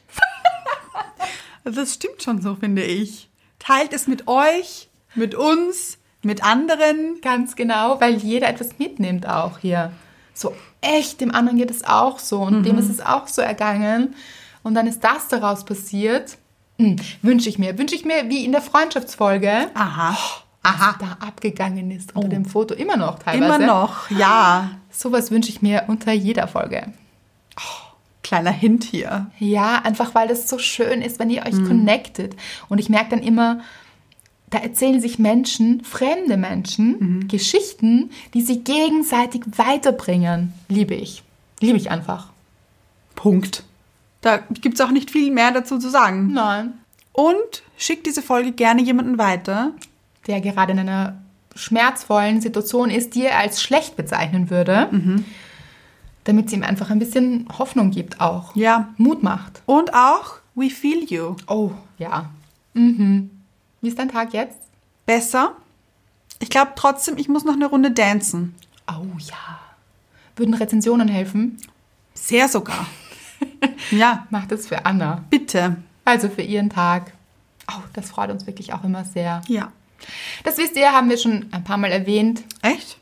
B: Das stimmt schon so, finde ich. Teilt es mit euch, mit uns, mit anderen.
A: Ganz genau, weil jeder etwas mitnimmt auch hier. So echt, dem anderen geht es auch so und dem ist es auch so ergangen. Und dann ist das daraus passiert. Hm, wünsche ich mir. Wünsche ich mir, wie in der Freundschaftsfolge,
B: Aha.
A: was da abgegangen ist unter dem Foto. Immer noch teilweise.
B: Immer noch, ja.
A: Sowas wünsche ich mir unter jeder Folge.
B: Kleiner Hint hier.
A: Ja, einfach weil das so schön ist, wenn ihr euch connectet. Und ich merke dann immer, da erzählen sich Menschen, fremde Menschen, Geschichten, die sie gegenseitig weiterbringen. Liebe ich. Liebe ich einfach.
B: Punkt. Da gibt es auch nicht viel mehr dazu zu sagen.
A: Nein.
B: Und schickt diese Folge gerne jemanden weiter.
A: Der gerade in einer schmerzvollen Situation ist, die er als schlecht bezeichnen würde, damit es ihm einfach ein bisschen Hoffnung gibt auch.
B: Ja.
A: Mut macht.
B: Und auch We Feel You.
A: Oh, ja. Mhm. Wie ist dein Tag jetzt?
B: Besser. Ich glaube trotzdem, ich muss noch eine Runde dancen.
A: Oh ja. Würden Rezensionen helfen?
B: Sehr sogar. Ja,
A: Macht es für Anna.
B: bitte.
A: Also für ihren Tag. Oh, das freut uns wirklich auch immer sehr.
B: Ja.
A: Das wisst ihr, haben wir schon ein paar Mal erwähnt.
B: Echt?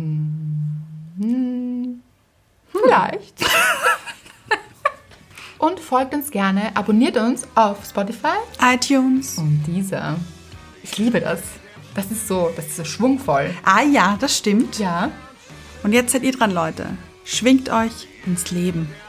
A: Vielleicht. Und folgt uns gerne, abonniert uns auf Spotify
B: iTunes.
A: und dieser. Ich liebe das. Das ist so, das ist so schwungvoll.
B: Ah ja, das stimmt.
A: Ja.
B: Und jetzt seid ihr dran, Leute. Schwingt euch ins Leben.